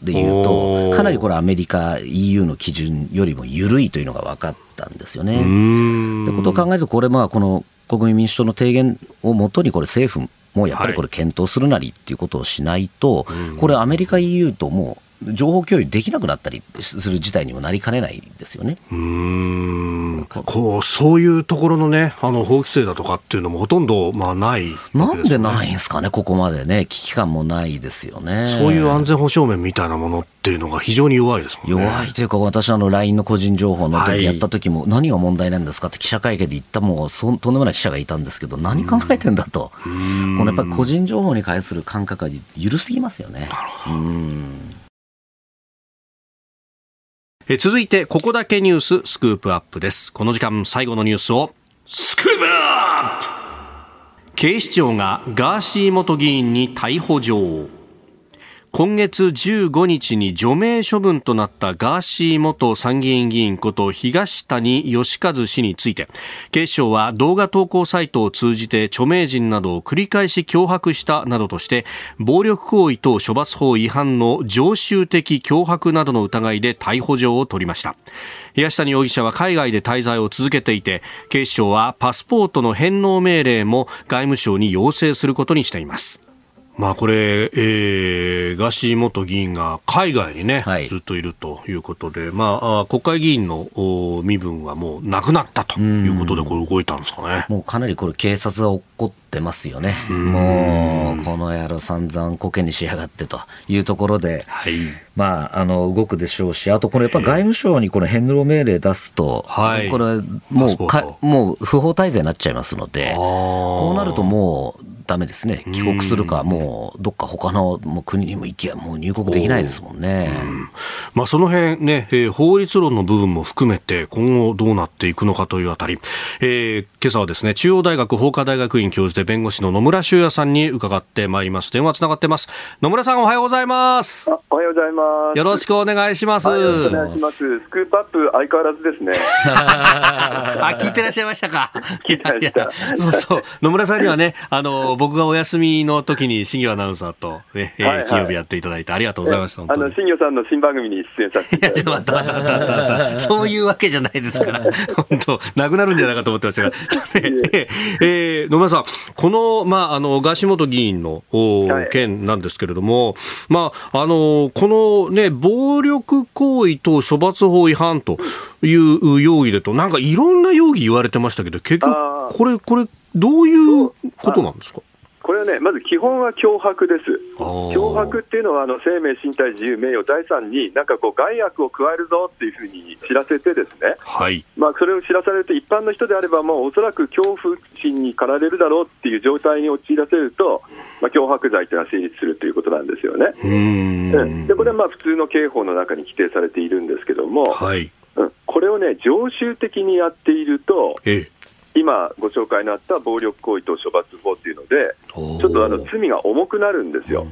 と、かなりこれアメリカ EU の基準よりも緩いというのが分かったんですよね。ってことを考えると、これこの国民民主党の提言をもとにこれ政府もやっぱりこれ検討するなりっていうことをしないと、これアメリカ EU ともう情報共有できなくなったりする事態にもなりかねないですよね。 そういうところのね、法規制だとかっていうのもほとんどないわけですよね。 なんでないんですかね、ここまでね、危機感もないですよね。 そういう安全保障面みたいなものっていうのが非常に弱いですもんね。 弱いというか、私LINE の個人情報の時やった時も、何が問題なんですかって記者会見で言ったもうとんでもない記者がいたんですけど、何考えてんだと。このやっぱり個人情報に関する感覚が緩すぎますよね。 なるほど。続いてここだけニューススクープアップです。この時間最後のニュースをスクープアップ。警視庁がガーシー元議員に逮捕状。今月15日に除名処分となったガーシー元参議院議員こと東谷義和氏について、警視庁は動画投稿サイトを通じて著名人などを繰り返し脅迫したなどとして、暴力行為等処罰法違反の常習的脅迫などの疑いで逮捕状を取りました。東谷容疑者は海外で滞在を続けていて、警視庁はパスポートの返納命令も外務省に要請することにしています。これ、ガーシー元議員が海外にね、ずっといるということで、国会議員の身分はもうなくなったということで、これ動いたんですかね。 もうかなりこれ警察が怒ってますよね。もうこの野郎散々コケにしやがってというところで、動くでしょうし、あとこれやっぱ外務省にこの返納命令出すと、これもう不法滞在になっちゃいますので、こうなるともうダメですね。帰国するか、もうどっか他の国にも行けばもう入国できないですもんね。 その辺ね、法律論の部分も含めて今後どうなっていくのかというあたり、今朝はですね、中央大学法科大学院教授で弁護士の野村修也さんに伺ってまいります。電話つながってます。野村さん、おはようございます。 おはようございます。 よろしくお願いします。 よろしくお願いします。スクープアップ相変わらずですね。 聞いてらっしゃいましたか。 聞いてました。 そう野村さんにはね、僕がお休みの時に新業アナウンサーと、ね、金曜日やっていただいてありがとうございました。 新業さんの新番組に出演させていただいて。 ちょっと待ってそういうわけじゃないですから本当なくなるんじゃないかと思ってましたが野村さん、この、ガーシー元議員の件なんですけれども、このね、暴力行為等処罰法違反という容疑でと、なんかいろんな容疑言われてましたけど、結局これどういうことなんですか。 これはね、まず基本は脅迫です。脅迫っていうのは生命、身体、自由、名誉、財産になんか害悪を加えるぞっていうふうに知らせてですね、それを知らされると、一般の人であればもうおそらく恐怖心に駆られるだろうっていう状態に陥らせると、脅迫罪というのは成立するということなんですよね。でこれは普通の刑法の中に規定されているんですけども、これをね、常習的にやっていると、今ご紹介のあった暴力行為等処罰法というので、ちょっと罪が重くなるんですよ。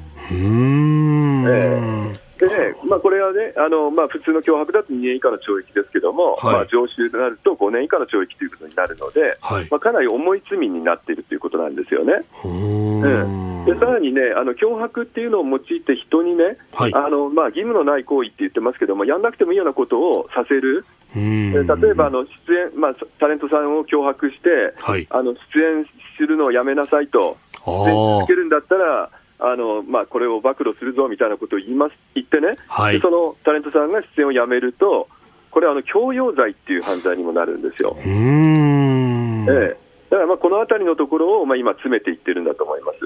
でね、これはね、普通の脅迫だと2年以下の懲役ですけども、常習となると5年以下の懲役ということになるので、かなり重い罪になっているということなんですよね。でさらにね、脅迫っていうのを用いて人にね、義務のない行為って言ってますけども、やんなくてもいいようなことをさせる。例えば出演、タレントさんを脅迫して、出演するのをやめなさいと、出演続けるんだったらこれを暴露するぞみたいなことを言ってね、でそのタレントさんが出演をやめると、これは強要罪っていう犯罪にもなるんですよ。だからこのあたりのところを今詰めていってるんだと思います。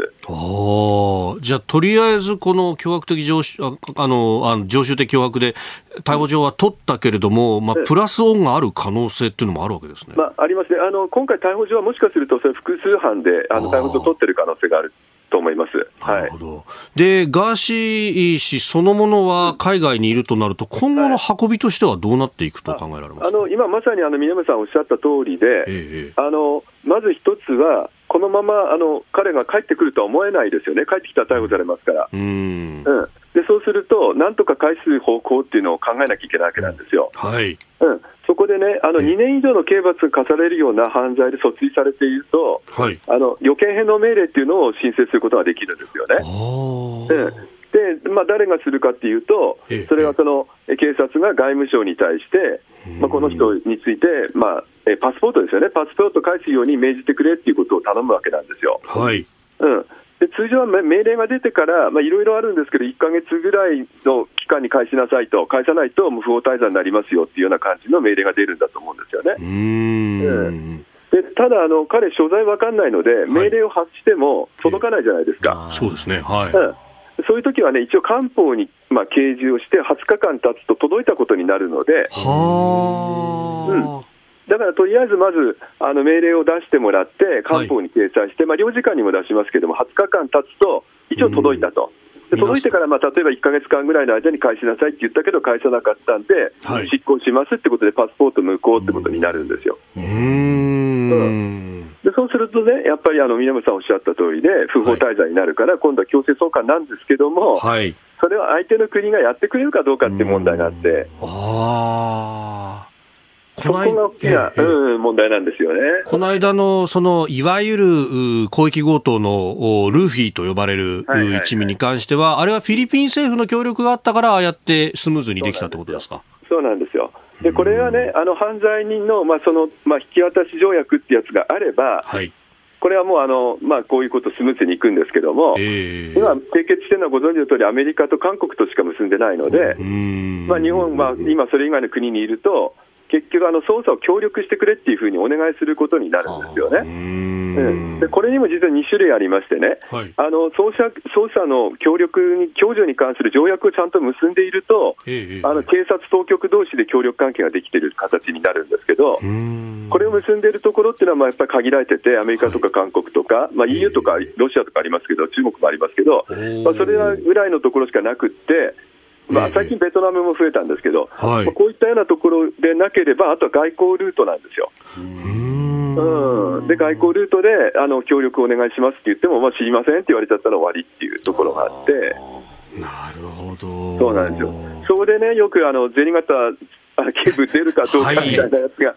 じゃあとりあえずこの脅迫的常習的脅迫で逮捕状は取ったけれども、プラスオンがある可能性っていうのもあるわけですね。 ありますね。今回逮捕状はもしかするとそれ複数犯で逮捕状を取ってる可能性があると思います。 なるほど。でガーシー氏そのものは海外にいるとなると、今後の運びとしてはどうなっていくと考えられますか。 今まさに宮山さんおっしゃった通りで、まず一つはこのまま彼が帰ってくるとは思えないですよね。帰ってきたら逮捕されますから。でそうするとなんとか返す方向っていうのを考えなきゃいけないわけなんですよ。そこでね、2年以上の刑罰が課されるような犯罪で訴追されていると、予見返納命令っていうのを申請することができるんですよね。 で、誰がするかっていうと、それはその警察が外務省に対して、この人について、パスポートですよね、パスポートを返すように命じてくれっていうことを頼むわけなんですよ。 はい。 で通常は命令が出てから、いろいろあるんですけど、1ヶ月ぐらいの期間に返しなさいと、返さないと不法滞在になりますよっていうような感じの命令が出るんだと思うんですよね。でただ彼、所在分かんないので、命令を発しても届かないじゃないですか。 そうですね、はい。 そういう時はね、一応、官報に掲示をして、20日間経つと届いたことになるので、だからとりあえずまず命令を出してもらって、官報に掲載して、領事館にも出しますけども、20日間経つと、一応届いたと。で届いてから、例えば1ヶ月間ぐらいの間に返しなさいって言ったけど、返さなかったんで、執行しますってことで、パスポート無効ってことになるんですよ。でそうするとね、やっぱり南さんおっしゃった通りで、不法滞在になるから、今度は強制送還なんですけども、それは相手の国がやってくれるかどうかっていう問題があって、そこが大きな問題なんですよね。 この間のいわゆる広域強盗のルフィと呼ばれる一味に関しては、あれはフィリピン政府の協力があったから、ああやってスムーズにできたってことですか。 そうなんですよ。でこれはね、犯罪人の、引き渡し条約ってやつがあれば、これはもうこういうことスムーズにいくんですけども、今、締結しているのはご存知の通り、アメリカと韓国としか結んでないので、日本は今、それ以外の国にいると、結局捜査を協力してくれっていうふうにお願いすることになるんですよね。でこれにも実は2種類ありましてね、捜査の共助に関する条約をちゃんと結んでいると、警察当局同士で協力関係ができている形になるんですけど、これを結んでいるところっていうのはやっぱり限られてて、アメリカとか韓国とか、EU とかロシアとかありますけど、中国もありますけど、それぐらいのところしかなくって、最近ベトナムも増えたんですけど、こういったようなところでなければ、あとは外交ルートなんですよ。で外交ルートで協力お願いしますって言っても、知りませんって言われちゃったら終わりっていうところがあって。 なるほど。 そうなんですよ。それでね、よく銭形警部出るかどうかみたいなやつが、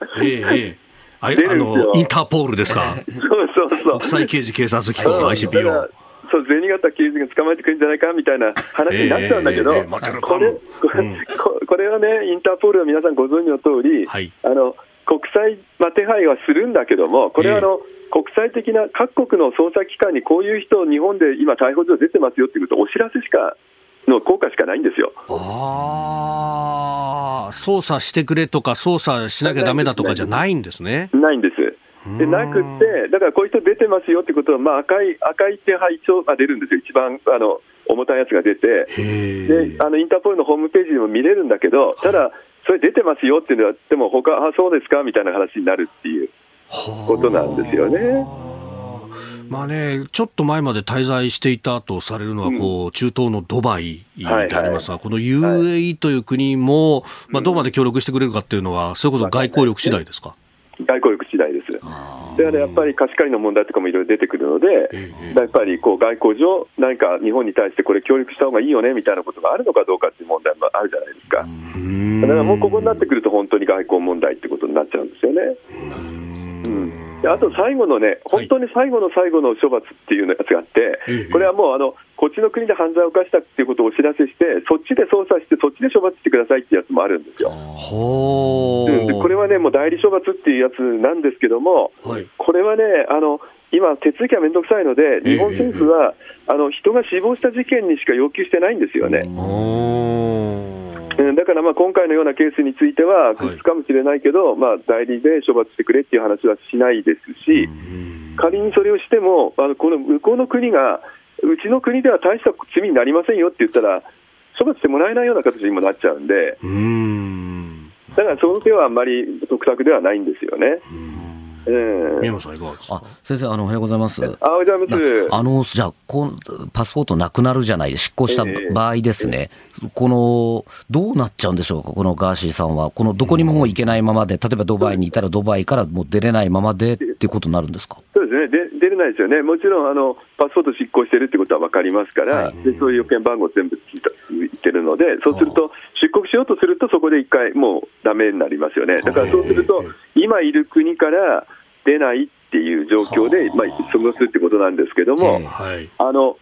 インターポールですか。国際刑事警察機構の ICPO。 そう銭形刑事が捕まえてくるんじゃないかみたいな話になっちゃうんだけど、これはね、インターポールは皆さんご存知の通り、国際手配はするんだけども、これは国際的な各国の捜査機関にこういう人、日本で今、逮捕状出てますよっていうことをお知らせしかの効果しかないんですよ。 捜査してくれとか、捜査しなきゃダメだとかじゃないんですね。 ないんです。でなくって、だからこういう人出てますよってことは、赤い手配書が出るんですよ、一番重たいやつが出て、でインターポールのホームページでも見れるんだけど、ただ、それ出てますよっていうのは、でもそうですかみたいな話になるっていうことなんですよね。 ちょっと前まで滞在していたとされるのは中東のドバイでありますが、この UAE という国も、どこまで協力してくれるかっていうのは、それこそ外交力次第ですか。 外交力次第です。だからやっぱり貸し借りの問題とかもいろいろ出てくるので、やっぱり外交上、何か日本に対してこれ協力した方がいいよねみたいなことがあるのかどうかっていう問題もあるじゃないですか。だからもうここになってくると本当に外交問題ってことになっちゃうんですよね。あと最後のね、本当に最後の最後の処罰っていうやつがあって、これはもうこっちの国で犯罪を犯したっていうことをお知らせして、そっちで捜査して、そっちで処罰してくださいっていうやつもあるんですよ。でこれはね、もう代理処罰っていうやつなんですけども、これはね、今、手続きはめんどくさいので、日本政府は人が死亡した事件にしか要求してないんですよね。だから今回のようなケースについては、屈かもしれないけど、代理で処罰してくれっていう話はしないですし、仮にそれをしても、この向こうの国が、うちの国では大した罪になりませんよって言ったら、処罰してもらえないような形にもなっちゃうんで、だからその手はあんまり得策ではないんですよね。 宮本さんいかがですか。 先生、おはようございます。 おはようございます。 じゃあパスポートなくなるじゃないで、執行した場合ですね、どうなっちゃうんでしょうか、このガーシーさんは。どこにも行けないままで、例えばドバイにいたらドバイからもう出れないままでっていうことになるんですか。 そうですね、出れないですよね。もちろんパスポート執行してるってことは分かりますから、でそういう要件番号全部聞いてるので、そうすると出国しようとするとそこで一回もうダメになりますよね。だからそうすると今いる国から出ないっていう状況で過ごすってことなんですけども、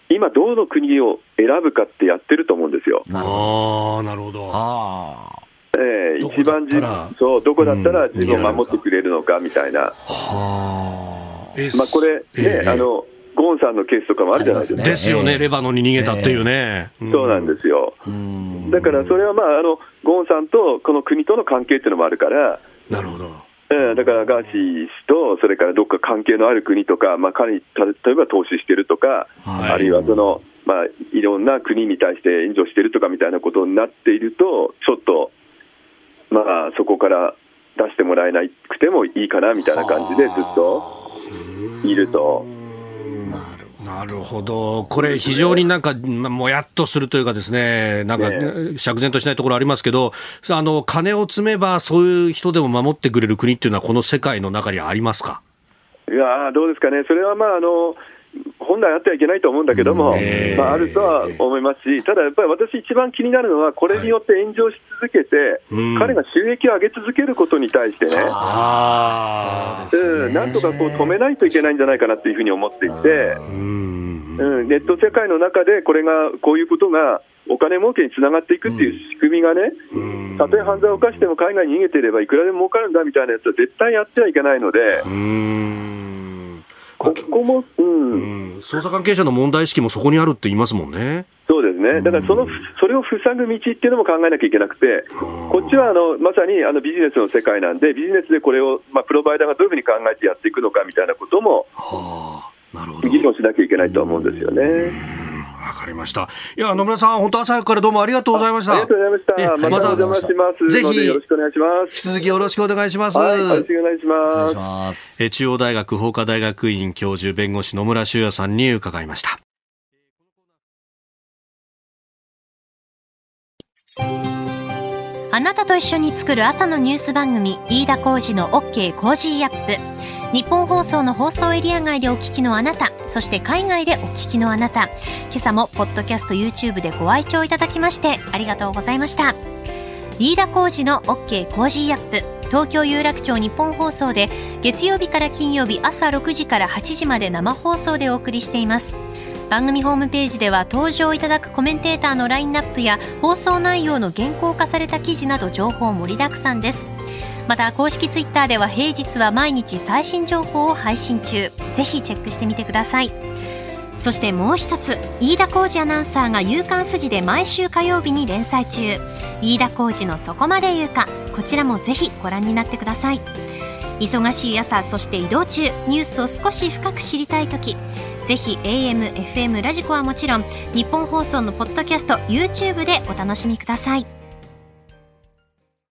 今どの国を選ぶかってやってると思うんですよ。 なるほど。 一番どこだったら自分を守ってくれるのかみたいな。これね、ゴーンさんのケースとかもあるじゃないですか。 ですよね、レバノンに逃げたっていうね。 そうなんですよ。だからそれはゴーンさんとこの国との関係っていうのもあるから。 なるほど。 だからガーシー氏とそれからどっか関係のある国とか、彼に例えば投資してるとか、あるいはいろんな国に対して援助してるとかみたいなことになっていると、ちょっとそこから出してもらえなくてもいいかなみたいな感じでずっといると。 なるほど。これ非常にもやっとするというかですね、釈然としないところありますけど、金を積めばそういう人でも守ってくれる国っていうのはこの世界の中にありますか？ いやどうですかね。それは本来あってはいけないと思うんだけども、あるとは思いますし、ただやっぱり私一番気になるのは、これによって炎上し続けて、彼が収益を上げ続けることに対してね、なんとか止めないといけないんじゃないかなというふうに思っていて、ネット世界の中でこういうことがお金儲けにつながっていくっていう仕組みがね、たとえ犯罪を犯しても海外に逃げていればいくらでも儲かるんだみたいなやつは絶対やってはいけないので、ここも、 捜査関係者の問題意識もそこにあるって言いますもんね。 そうですね。だからそれを塞ぐ道っていうのも考えなきゃいけなくて、こっちはまさにビジネスの世界なんで、ビジネスでこれを、プロバイダーがどういうふうに考えてやっていくのかみたいなことも議論しなきゃいけないとは思うんですよね。 わかりました。いや、野村さん、本当朝早くからどうもありがとうございました。 ありがとうございました。またお邪魔しますぜひよろしくお願いします。 引き続きよろしくお願いします。 よろしくお願いします。 中央大学法科大学院教授弁護士野村修也さんに伺いました。 あなたと一緒に作る朝のニュース番組、飯田浩司の OK コージーアップ。日本放送の放送エリア外でお聞きのあなた、そして海外でお聞きのあなた、今朝もポッドキャスト YouTube でご愛聴いただきましてありがとうございました。飯田浩司の OK コージーアップ、東京有楽町日本放送で月曜日から金曜日朝6時から8時まで生放送でお送りしています。番組ホームページでは登場いただくコメンテーターのラインナップや放送内容の原稿化された記事など情報盛りだくさんです。また公式ツイッターでは平日は毎日最新情報を配信中、ぜひチェックしてみてください。そしてもう一つ、飯田浩司アナウンサーが夕刊フジで毎週火曜日に連載中、飯田浩司のそこまで言うか、こちらもぜひご覧になってください。忙しい朝、そして移動中、ニュースを少し深く知りたいとき、ぜひ AM、FM、ラジコはもちろん日本放送のポッドキャスト YouTube でお楽しみください。